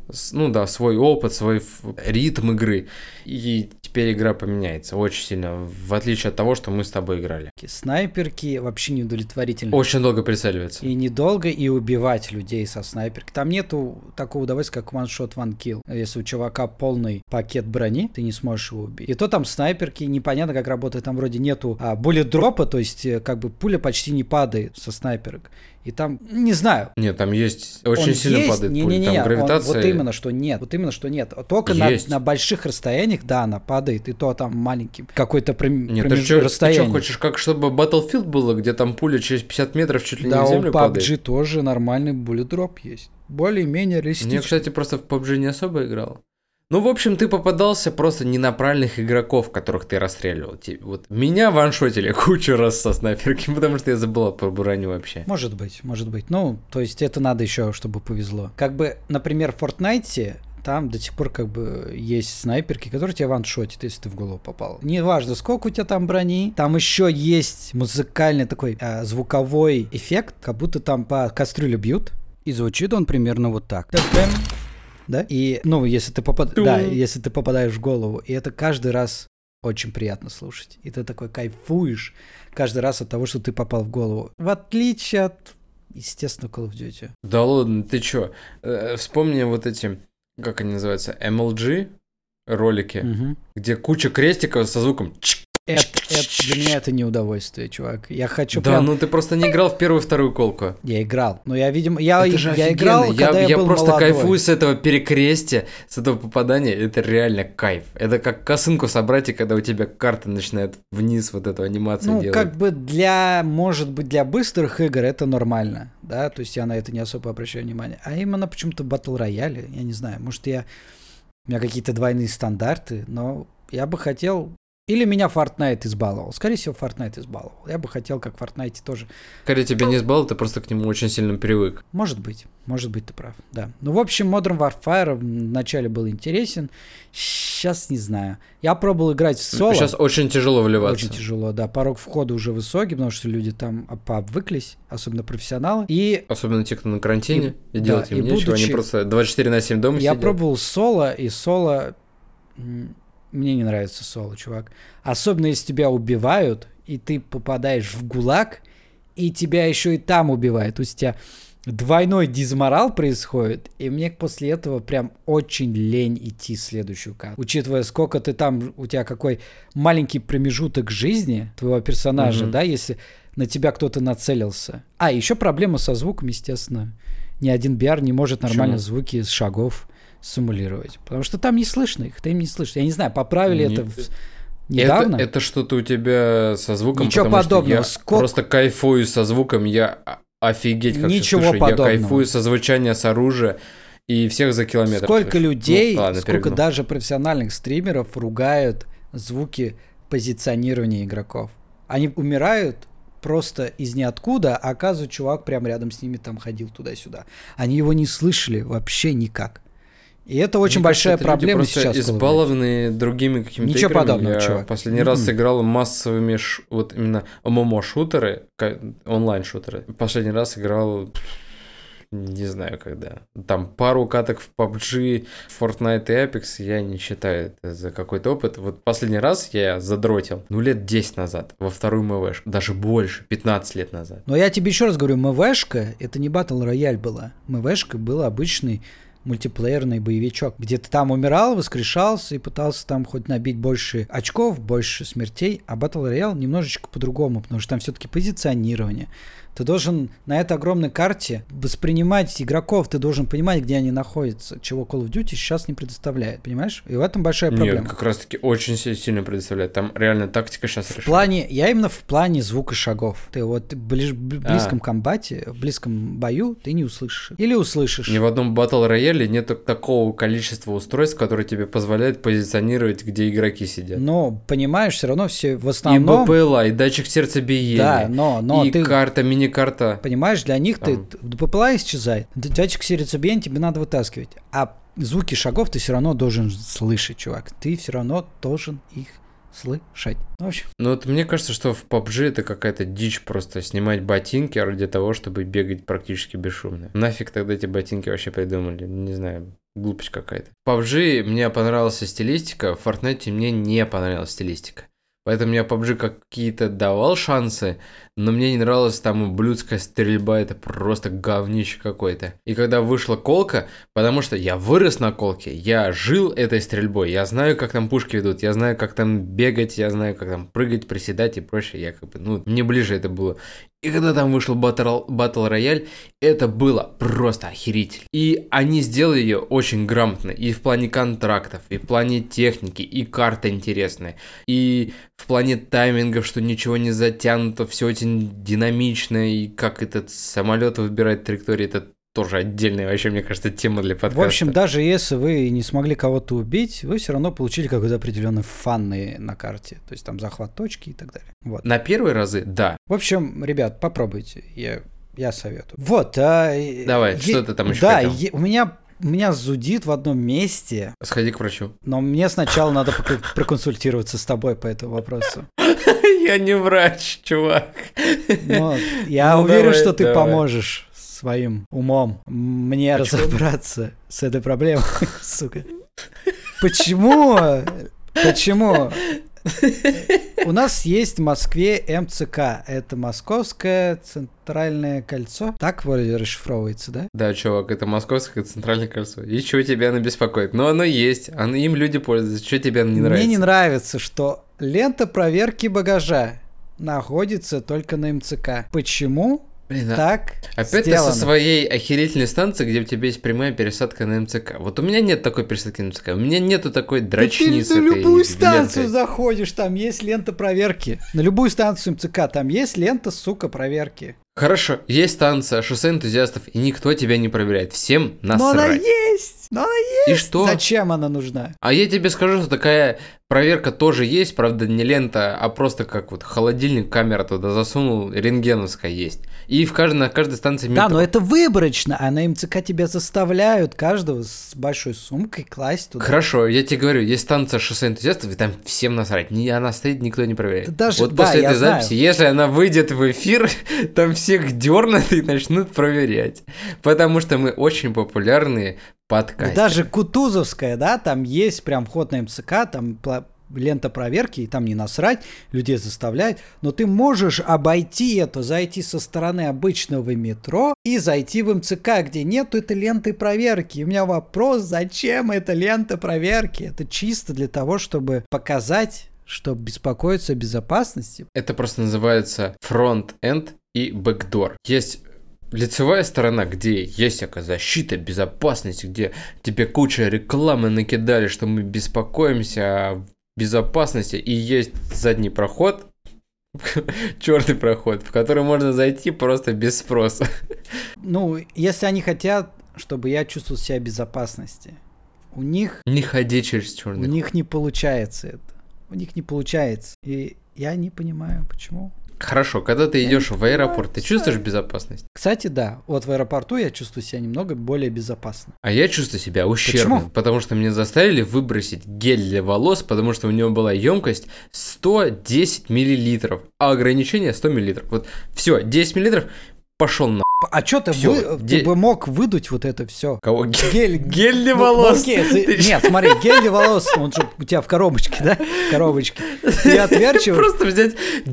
свой опыт, свой ритм игры. И теперь игра поменяется очень сильно, в отличие от того, что мы с тобой играли. Снайперки вообще неудовлетворительны. Очень долго прицеливается. И недолго, и убивать людей со снайперки. Там нету такого удовольствия, как one shot, one kill. Если у чувака полный пакет брони, ты не сможешь его убить. И то там снайперки, непонятно, как работает. Там вроде нету bullet дропа, то есть как бы пуля почти не падает со снайперок. И там, не знаю. Нет, там есть, очень сильно падает пуля, там гравитация. Вот именно, что нет. Только на больших расстояниях, да, она падает, и то там маленьким. Какой-то промежуток расстояния. Ты что, хочешь, как чтобы Battlefield было, где там пуля через 50 метров чуть ли не в землю падает? Да, у PUBG падает? тоже нормальный bullet дроп есть. Более-менее реалистично. Я, кстати, просто в PUBG не особо играл. Ну, в общем, ты попадался просто не на правильных игроков, которых ты расстреливал. Вот меня ваншотили кучу раз со снайперки, потому что я забыл про броню вообще. Может быть. Ну, то есть это надо еще, чтобы повезло. Как бы, например, в Fortnite там до сих пор как бы есть снайперки, которые тебя ваншотят, если ты в голову попал. Неважно, сколько у тебя там брони. Там еще есть музыкальный такой звуковой эффект, как будто там по кастрюле бьют. И звучит он примерно вот так. Да? И, ну, если ты попадаешь в голову, и это каждый раз очень приятно слушать. И ты такой кайфуешь каждый раз от того, что ты попал в голову. В отличие от, естественно, Call of Duty. Да ладно, ты чё? Вспомни вот эти, как они называются, MLG, ролики, где куча крестиков со звуком чик. Для меня это не удовольствие, чувак. Я хочу Да, ну ты просто не играл в первую и вторую колку. Я играл. Но я, видимо, я играл, когда я был просто молодой. кайфую с этого перекрестия, с этого попадания. Это реально кайф. Это как косынку собрать, и когда у тебя карта начинает вниз вот эту анимацию делать. Как бы может быть, для быстрых игр это нормально, да, то есть я на это не особо обращаю внимание. А именно почему-то Battle Royale, я не знаю, может у меня какие-то двойные стандарты, но я бы хотел... Или меня Fortnite избаловал. Скорее всего, Fortnite избаловал. Я бы хотел, как в Fortnite тоже. Скорее тебя не избаловал, ты просто к нему очень сильно привык. Может быть, ты прав, да. Ну, в общем, Modern Warfare вначале был интересен. Сейчас не знаю. Я пробовал играть в соло. Сейчас очень тяжело вливаться. Очень тяжело, да. Порог входа уже высокий, потому что люди там пообвыклись, особенно профессионалы. Особенно те, кто на карантине, и делать им нечего. Они просто 24/7 дома сидят. Я пробовал соло, и соло... Мне не нравится соло, чувак. Особенно, если тебя убивают, и ты попадаешь в ГУЛАГ, и тебя еще и там убивают. То есть у тебя двойной дизморал происходит, и мне после этого прям очень лень идти в следующую карту. Учитывая, сколько ты там, у тебя какой маленький промежуток жизни твоего персонажа, да, если на тебя кто-то нацелился. Еще проблема со звуком, естественно. Ни один VR не может нормально звуки с шагов симулировать. Потому что там не слышно их, ты им не слышишь. Я не знаю, поправили это недавно. Это что-то у тебя со звуком, ничего потому подобного. Что я просто кайфую со звуком, я офигеть как ничего слышу. Подобного. Я кайфую со звучания, с оружия и всех за километр. Сколько людей, сколько даже профессиональных стримеров ругают звуки позиционирования игроков. Они умирают просто из ниоткуда, а оказывается, чувак прямо рядом с ними там ходил туда-сюда. Они его не слышали вообще никак. И это очень большая проблема сейчас. Люди просто избалованы другими какими-то Ничего играми. Подобного, чувак. Последний раз играл массовыми вот именно ММО-шутеры, онлайн-шутеры. Последний раз играл, не знаю когда. Там пару каток в PUBG, Fortnite и Apex, я не считаю это за какой-то опыт. Вот последний раз я задротил, лет 10 назад, во вторую МВшку. Даже больше, 15 лет назад. Но я тебе еще раз говорю, МВшка, это не Battle Royale была. МВшка был обычный мультиплеерный боевичок, где ты там умирал, воскрешался и пытался там хоть набить больше очков, больше смертей, а Battle Royale немножечко по-другому, потому что там все-таки позиционирование. Ты должен на этой огромной карте воспринимать игроков, ты должен понимать, где они находятся, чего Call of Duty сейчас не предоставляет, понимаешь? И в этом большая проблема. Нет, как раз-таки очень сильно предоставляет. Там реально тактика сейчас Я именно в плане звука шагов. Ты вот в близком комбате, в близком бою ты не услышишь. Или услышишь. Ни в одном Battle Royale нет такого количества устройств, которые тебе позволяют позиционировать, где игроки сидят. Но, понимаешь, все равно все в основном... И БПЛА, и датчик сердцебиения. Да, но и ты... карта, мини-карта. Понимаешь, для них БПЛА исчезает. Датчик сердцебиения тебе надо вытаскивать. А звуки шагов ты все равно должен слышать, чувак. Ты все равно должен их слышать. В общем. Ну вот мне кажется, что в PUBG это какая-то дичь просто снимать ботинки ради того, чтобы бегать практически бесшумно. Нафиг тогда эти ботинки вообще придумали? Не знаю, глупость какая-то. В PUBG мне понравилась стилистика, в Fortnite мне не понравилась стилистика. Поэтому я PUBG какие-то давал шансы, но мне не нравилась там ублюдская стрельба, это просто говнище какое-то. И когда вышла колка, потому что я вырос на колке, я жил этой стрельбой, я знаю, как там пушки ведут, я знаю, как там бегать, я знаю, как там прыгать, приседать и прочее, я как бы, мне ближе это было. И когда там вышел Battle Royale, это было просто охерительно. И они сделали ее очень грамотно. И в плане контрактов, и в плане техники, и карта интересная. И в плане таймингов, что ничего не затянуто, все очень динамично. И как этот самолет выбирает траекторию, это тоже отдельная вообще, мне кажется, тема для подкаста. В общем, даже если вы не смогли кого-то убить, вы все равно получили какой-то определенный фан на карте. То есть там захват точки и так далее. Вот. На первые разы, да. В общем, ребят, попробуйте. Я советую. Вот. Давай, что ты там еще хотел? Да, у меня зудит в одном месте. Сходи к врачу. Но мне сначала надо проконсультироваться с тобой по этому вопросу. Я не врач, чувак. Я уверен, что ты поможешь своим умом мне разобраться с этой проблемой, сука. Почему У нас есть в Москве МЦК. Это Московское центральное кольцо. Так вроде расшифровывается, да? Да, чувак, это Московское центральное кольцо. И чего тебя оно беспокоит? Но оно есть, им люди пользуются. Что тебе оно не нравится? Мне не нравится, что лента проверки багажа находится только на МЦК. Почему? Блин, так опять сделано. ты со своей охерительной станции, где у тебя есть прямая пересадка на МЦК. Вот у меня нет такой пересадки на МЦК. У меня нету такой дрочни с ты на этой любую станцию лентой. заходишь, там есть лента проверки. На любую станцию МЦК там есть лента, сука, проверки. Хорошо, есть станция шоссе энтузиастов, и никто тебя не проверяет. Всем насрать. Но она есть! И что? Зачем она нужна? А я тебе скажу, что такая проверка тоже есть, правда, не лента, а просто как вот холодильник, камера туда засунул, рентгеновская есть. И на каждой станции метро. Да, но это выборочно, а на МЦК тебя заставляют каждого с большой сумкой класть туда. Хорошо, я тебе говорю, есть станция шоссе энтузиастов, и там всем насрать. Она стоит, никто не проверяет. Да даже, вот да, после этой знаю. записи, если она выйдет в эфир, там всех дернут и начнут проверять. Потому что мы очень популярные подкастеры. Даже Кутузовская, да, там есть прям вход на МЦК, там лента проверки, и там не насрать, людей заставляют, но ты можешь обойти это, зайти со стороны обычного метро и зайти в МЦК, где нету этой ленты проверки. И у меня вопрос, зачем эта лента проверки? Это чисто для того, чтобы показать, что беспокоиться о безопасности. Это просто называется фронт-энд и бэкдор. Есть лицевая сторона, где есть защита, безопасность, где тебе куча рекламы накидали, что мы беспокоимся о безопасности, и есть задний проход, черный проход, в который можно зайти просто без спроса. Ну, если они хотят, чтобы я чувствовал себя в безопасности, у них... Не ходи через черный ход. У них не получается это. У них не получается. И я не понимаю, почему. Хорошо, когда ты идешь в аэропорт, ты чувствуешь безопасность? Кстати, да. Вот в аэропорту я чувствую себя немного более безопасно. А я чувствую себя ущербным. Почему? Потому что мне заставили выбросить гель для волос, потому что у него была емкость 110 миллилитров, а ограничение 100 миллилитров. Вот все, 10 миллилитров, пошел на. А что ты, ты бы мог выдуть вот это все? Кого? Гель для волос? Нет, смотри, гель для волос, он же у тебя в коробочке, да? В коробочке. Ты отверчиваешь. Просто взять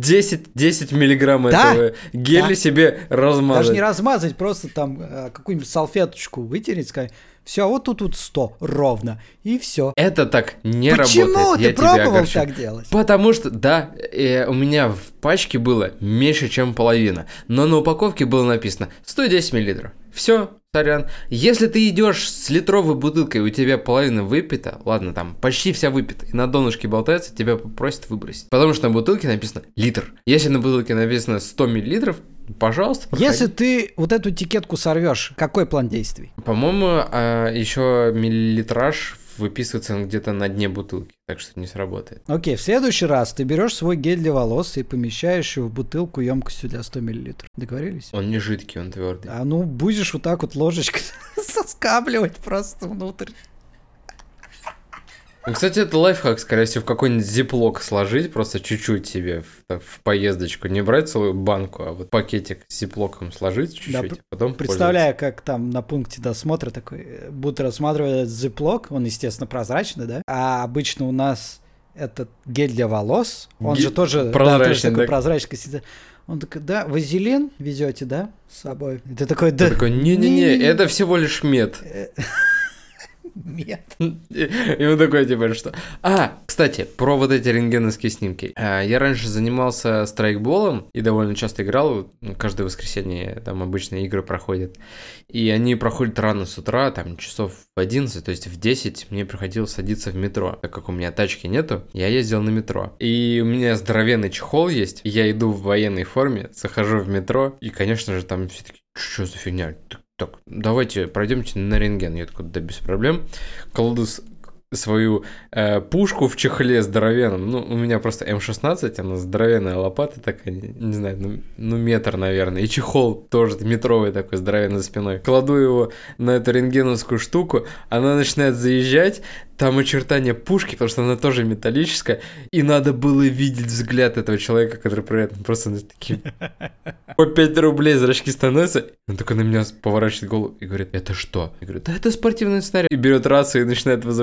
10 миллиграмм этого геля себе размазать. Даже не размазать, просто там какую-нибудь салфеточку вытереть, сказать, все, вот тут 100 ровно, и все. Это так не работает. Почему ты пробовал так делать? Потому что, да, у меня в пачке было меньше, чем половина, но на упаковке было написано 110 миллилитров. Все, сорян. Если ты идешь с литровой бутылкой, у тебя половина выпита, ладно, там почти вся выпита, и на донышке болтается, тебя попросят выбросить. Потому что на бутылке написано литр. Если на бутылке написано 100 миллилитров, пожалуйста, проходи. Если ты вот эту этикетку сорвешь, какой план действий? По-моему, еще миллилитраж выписывается где-то на дне бутылки, так что не сработает. Окей, в следующий раз ты берешь свой гель для волос и помещаешь его в бутылку емкостью для 100 мл. Договорились? Он не жидкий, он твердый. А ну будешь вот так вот ложечкой соскабливать просто внутрь. Ну, кстати, это лайфхак, скорее всего, в какой-нибудь зиплок сложить, просто чуть-чуть себе в поездочку. Не брать целую банку, а вот пакетик с зиплоком сложить чуть-чуть, Да, потом представляю, как там на пункте досмотра такой, будут рассматривать этот зиплок, он, естественно, прозрачный, да? А обычно у нас этот гель для волос, он же тоже прозрачный, такой да? прозрачный. Он такой, да, вазелин везете, да, с собой? И ты такой, да. Ты такой, не-не-не, это всего лишь мед. Нет. И он такой, типа, что... Кстати, про вот эти рентгеновские снимки. Я раньше занимался страйкболом и довольно часто играл. Каждое воскресенье там обычно игры проходят. И они проходят рано с утра, там часов в 11, то есть в 10 мне приходилось садиться в метро. Так как у меня тачки нету, я ездил на метро. И у меня здоровенный чехол есть. Я иду в военной форме, захожу в метро, и, конечно же, там все таки, что за фигня? Так, давайте пройдемте на рентген. Я такой, да без проблем. Кладу свою пушку в чехле здоровенном. Ну, у меня просто М16, она здоровенная лопата такая, не знаю, ну метр, наверное. И чехол тоже метровый такой здоровенный за спиной. Кладу его на эту рентгеновскую штуку, она начинает заезжать. Там очертания пушки, потому что она тоже металлическая. И надо было видеть взгляд этого человека, который проверяет. Просто такие... По 5 рублей зрачки становятся. Он такой на меня поворачивает голову и говорит, это что? Я говорю, да это спортивный снаряд. И берет рацию и начинает вызывать, так, типа,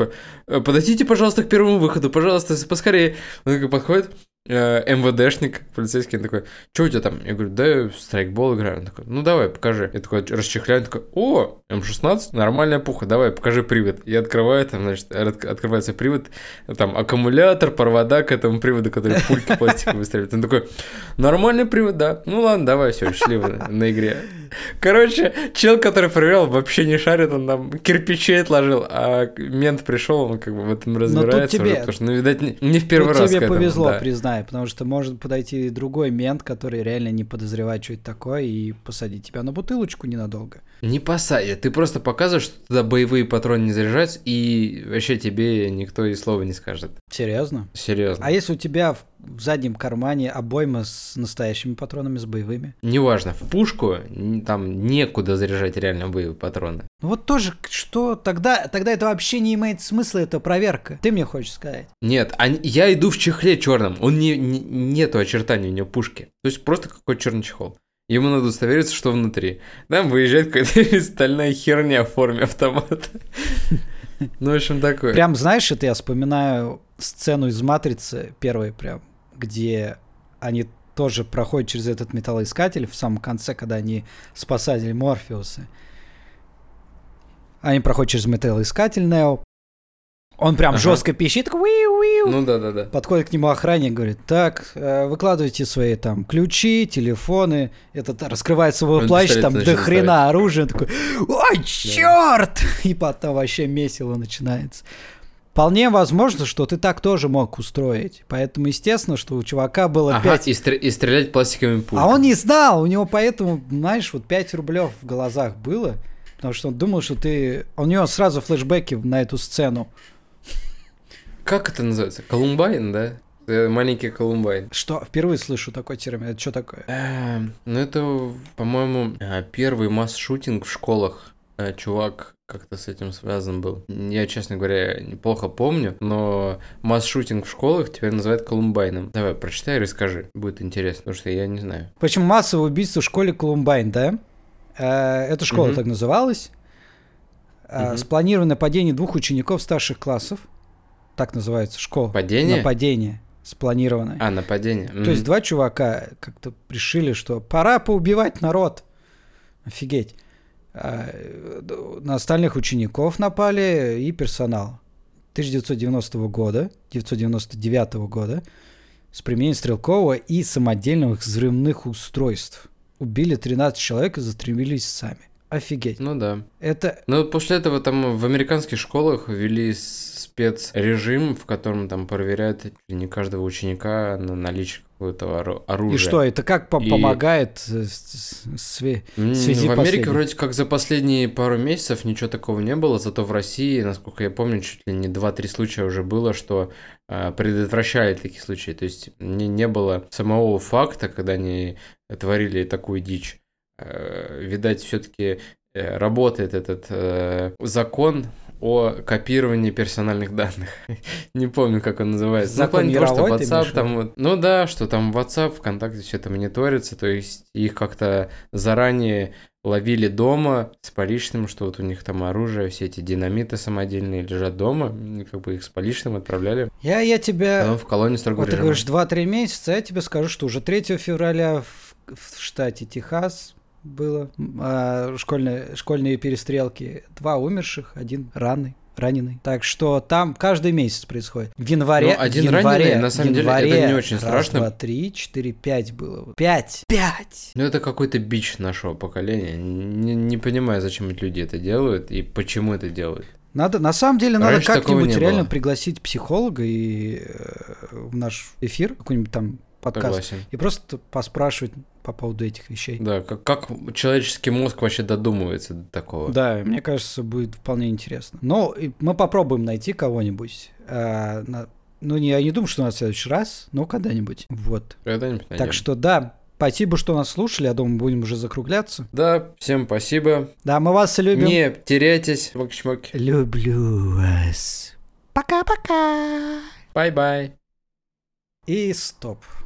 типа, подойдите, пожалуйста, к первому выходу, пожалуйста, поскорее. Он такой подходит, МВДшник, полицейский, он такой, что у тебя там? Я говорю, да, страйкбол играю. Он такой, ну давай, покажи. Я такой расчехляю, он такой, о, М16, нормальная пуха, давай, покажи привод. Я открываю, там, значит, открывается привод, там, аккумулятор, провода к этому приводу, который пульки пластиковые выстреливают. Он такой, нормальный привод, да. Ну ладно, давай, все, счастливо на игре. Короче, чел, который проверял, вообще не шарит, он там кирпичей отложил, а мент пришел, он как бы в этом разбирается уже, потому что, ну, видать, не в первый раз тебе к этому, повезло, да. признай, потому что может подойти другой мент, который реально не подозревает, что это такое, и посадить тебя на бутылочку ненадолго. Не посадят, ты просто показываешь, что туда боевые патроны не заряжаются, и вообще тебе никто и слова не скажет. Серьезно? Серьезно. А если у тебя в заднем кармане обойма с настоящими патронами, с боевыми? Неважно, в пушку там некуда заряжать реально боевые патроны. Ну вот тоже, что тогда это вообще не имеет смысла, это проверка. Ты мне хочешь сказать? Нет, я иду в чехле черном, он нету очертаний у него пушки. То есть просто какой-то черный чехол. Ему надо удостовериться, что внутри. Там выезжает какая-то стальная херня в форме автомата. Ну, в общем, такое. Прям, знаешь, это я вспоминаю сцену из «Матрицы» первой прям, где они тоже проходят через этот металлоискатель в самом конце, когда они спасатели Морфеуса. Они проходят через металлоискатель Нео. Он прям жестко пищит, такой, уиу-уиу. Ну да. Подходит к нему охранник, говорит, так, выкладывайте свои там ключи, телефоны. Этот раскрывает свой плащ, там до хрена оружия. Он такой, ой, черт! И потом вообще месиво начинается. Вполне возможно, что ты так тоже мог устроить. Поэтому, естественно, что у чувака было 5... и стрелять пластиковыми пульками. А он не знал, у него поэтому, знаешь, вот 5 рублев в глазах было. Потому что он думал, что ты... У него сразу флешбеки на эту сцену. Как это называется? Колумбайн, да? Маленький Колумбайн. Что? Впервые слышу такой термин. Это что такое? Ну, это, по-моему, первый масс-шутинг в школах. Чувак как-то с этим связан был. Я, честно говоря, неплохо помню, но масс-шутинг в школах теперь называют Колумбайном. Давай, прочитай и расскажи. Будет интересно, потому что я не знаю. Почему массовое убийство в школе Колумбайн, да? Эта школа так называлась. Спланированное падение 2 учеников старших классов. Так называется школа. Падение? Нападение спланированное. Нападение. То есть 2 чувака как-то решили, что пора поубивать народ. Офигеть. На остальных учеников напали и персонал. 1999 года с применением стрелкового и самодельных взрывных устройств. Убили 13 человек и застрелились сами. Офигеть. Ну да. Это... Но после этого там в американских школах ввели спецрежим, в котором там проверяют не каждого ученика на наличие какого-то оружия. И что, это как помогает связи В Америке вроде как за последние пару месяцев ничего такого не было, зато в России, насколько я помню, чуть ли не 2-3 случая уже было, что предотвращали такие случаи. То есть не было самого факта, когда они творили такую дичь. Видать, все-таки работает этот закон о копировании персональных данных. Не помню, как он называется. Закон мировой, того, что WhatsApp там вот, ну да, что там WhatsApp, ВКонтакте все это мониторится, то есть их как-то заранее ловили дома с поличным, что вот у них там оружие, все эти динамиты самодельные лежат дома, и как бы их с поличным отправляли. Я тебя... Потом в колонии строгого режима. Ты говоришь 2-3 месяца, я тебе скажу, что уже 3 февраля в штате Техас было школьные перестрелки. 2 умерших, 1 раненый. Так что там каждый месяц происходит. В январе... Ну, 1 раненый, на самом деле, это не очень страшно. 1, 2, 3, 4, 5 было. 5! Ну, это какой-то бич нашего поколения. Не понимаю, зачем эти люди это делают и почему это делают. На самом деле, раньше надо как-нибудь реально пригласить психолога и в наш эфир, какой-нибудь там подкаст, Согласен. И просто поспрашивать по поводу этих вещей. Да, как человеческий мозг вообще додумывается до такого. Да, мне кажется, будет вполне интересно. Но мы попробуем найти кого-нибудь. Я не думаю, что на следующий раз, но когда-нибудь. Вот. Когда-нибудь найдем. Так что да, спасибо, что нас слушали. Я думаю, будем уже закругляться. Да, всем спасибо. Да, мы вас любим. Не теряйтесь. Чмоки-чмоки. Люблю вас. Пока-пока. Бай-бай. И стоп.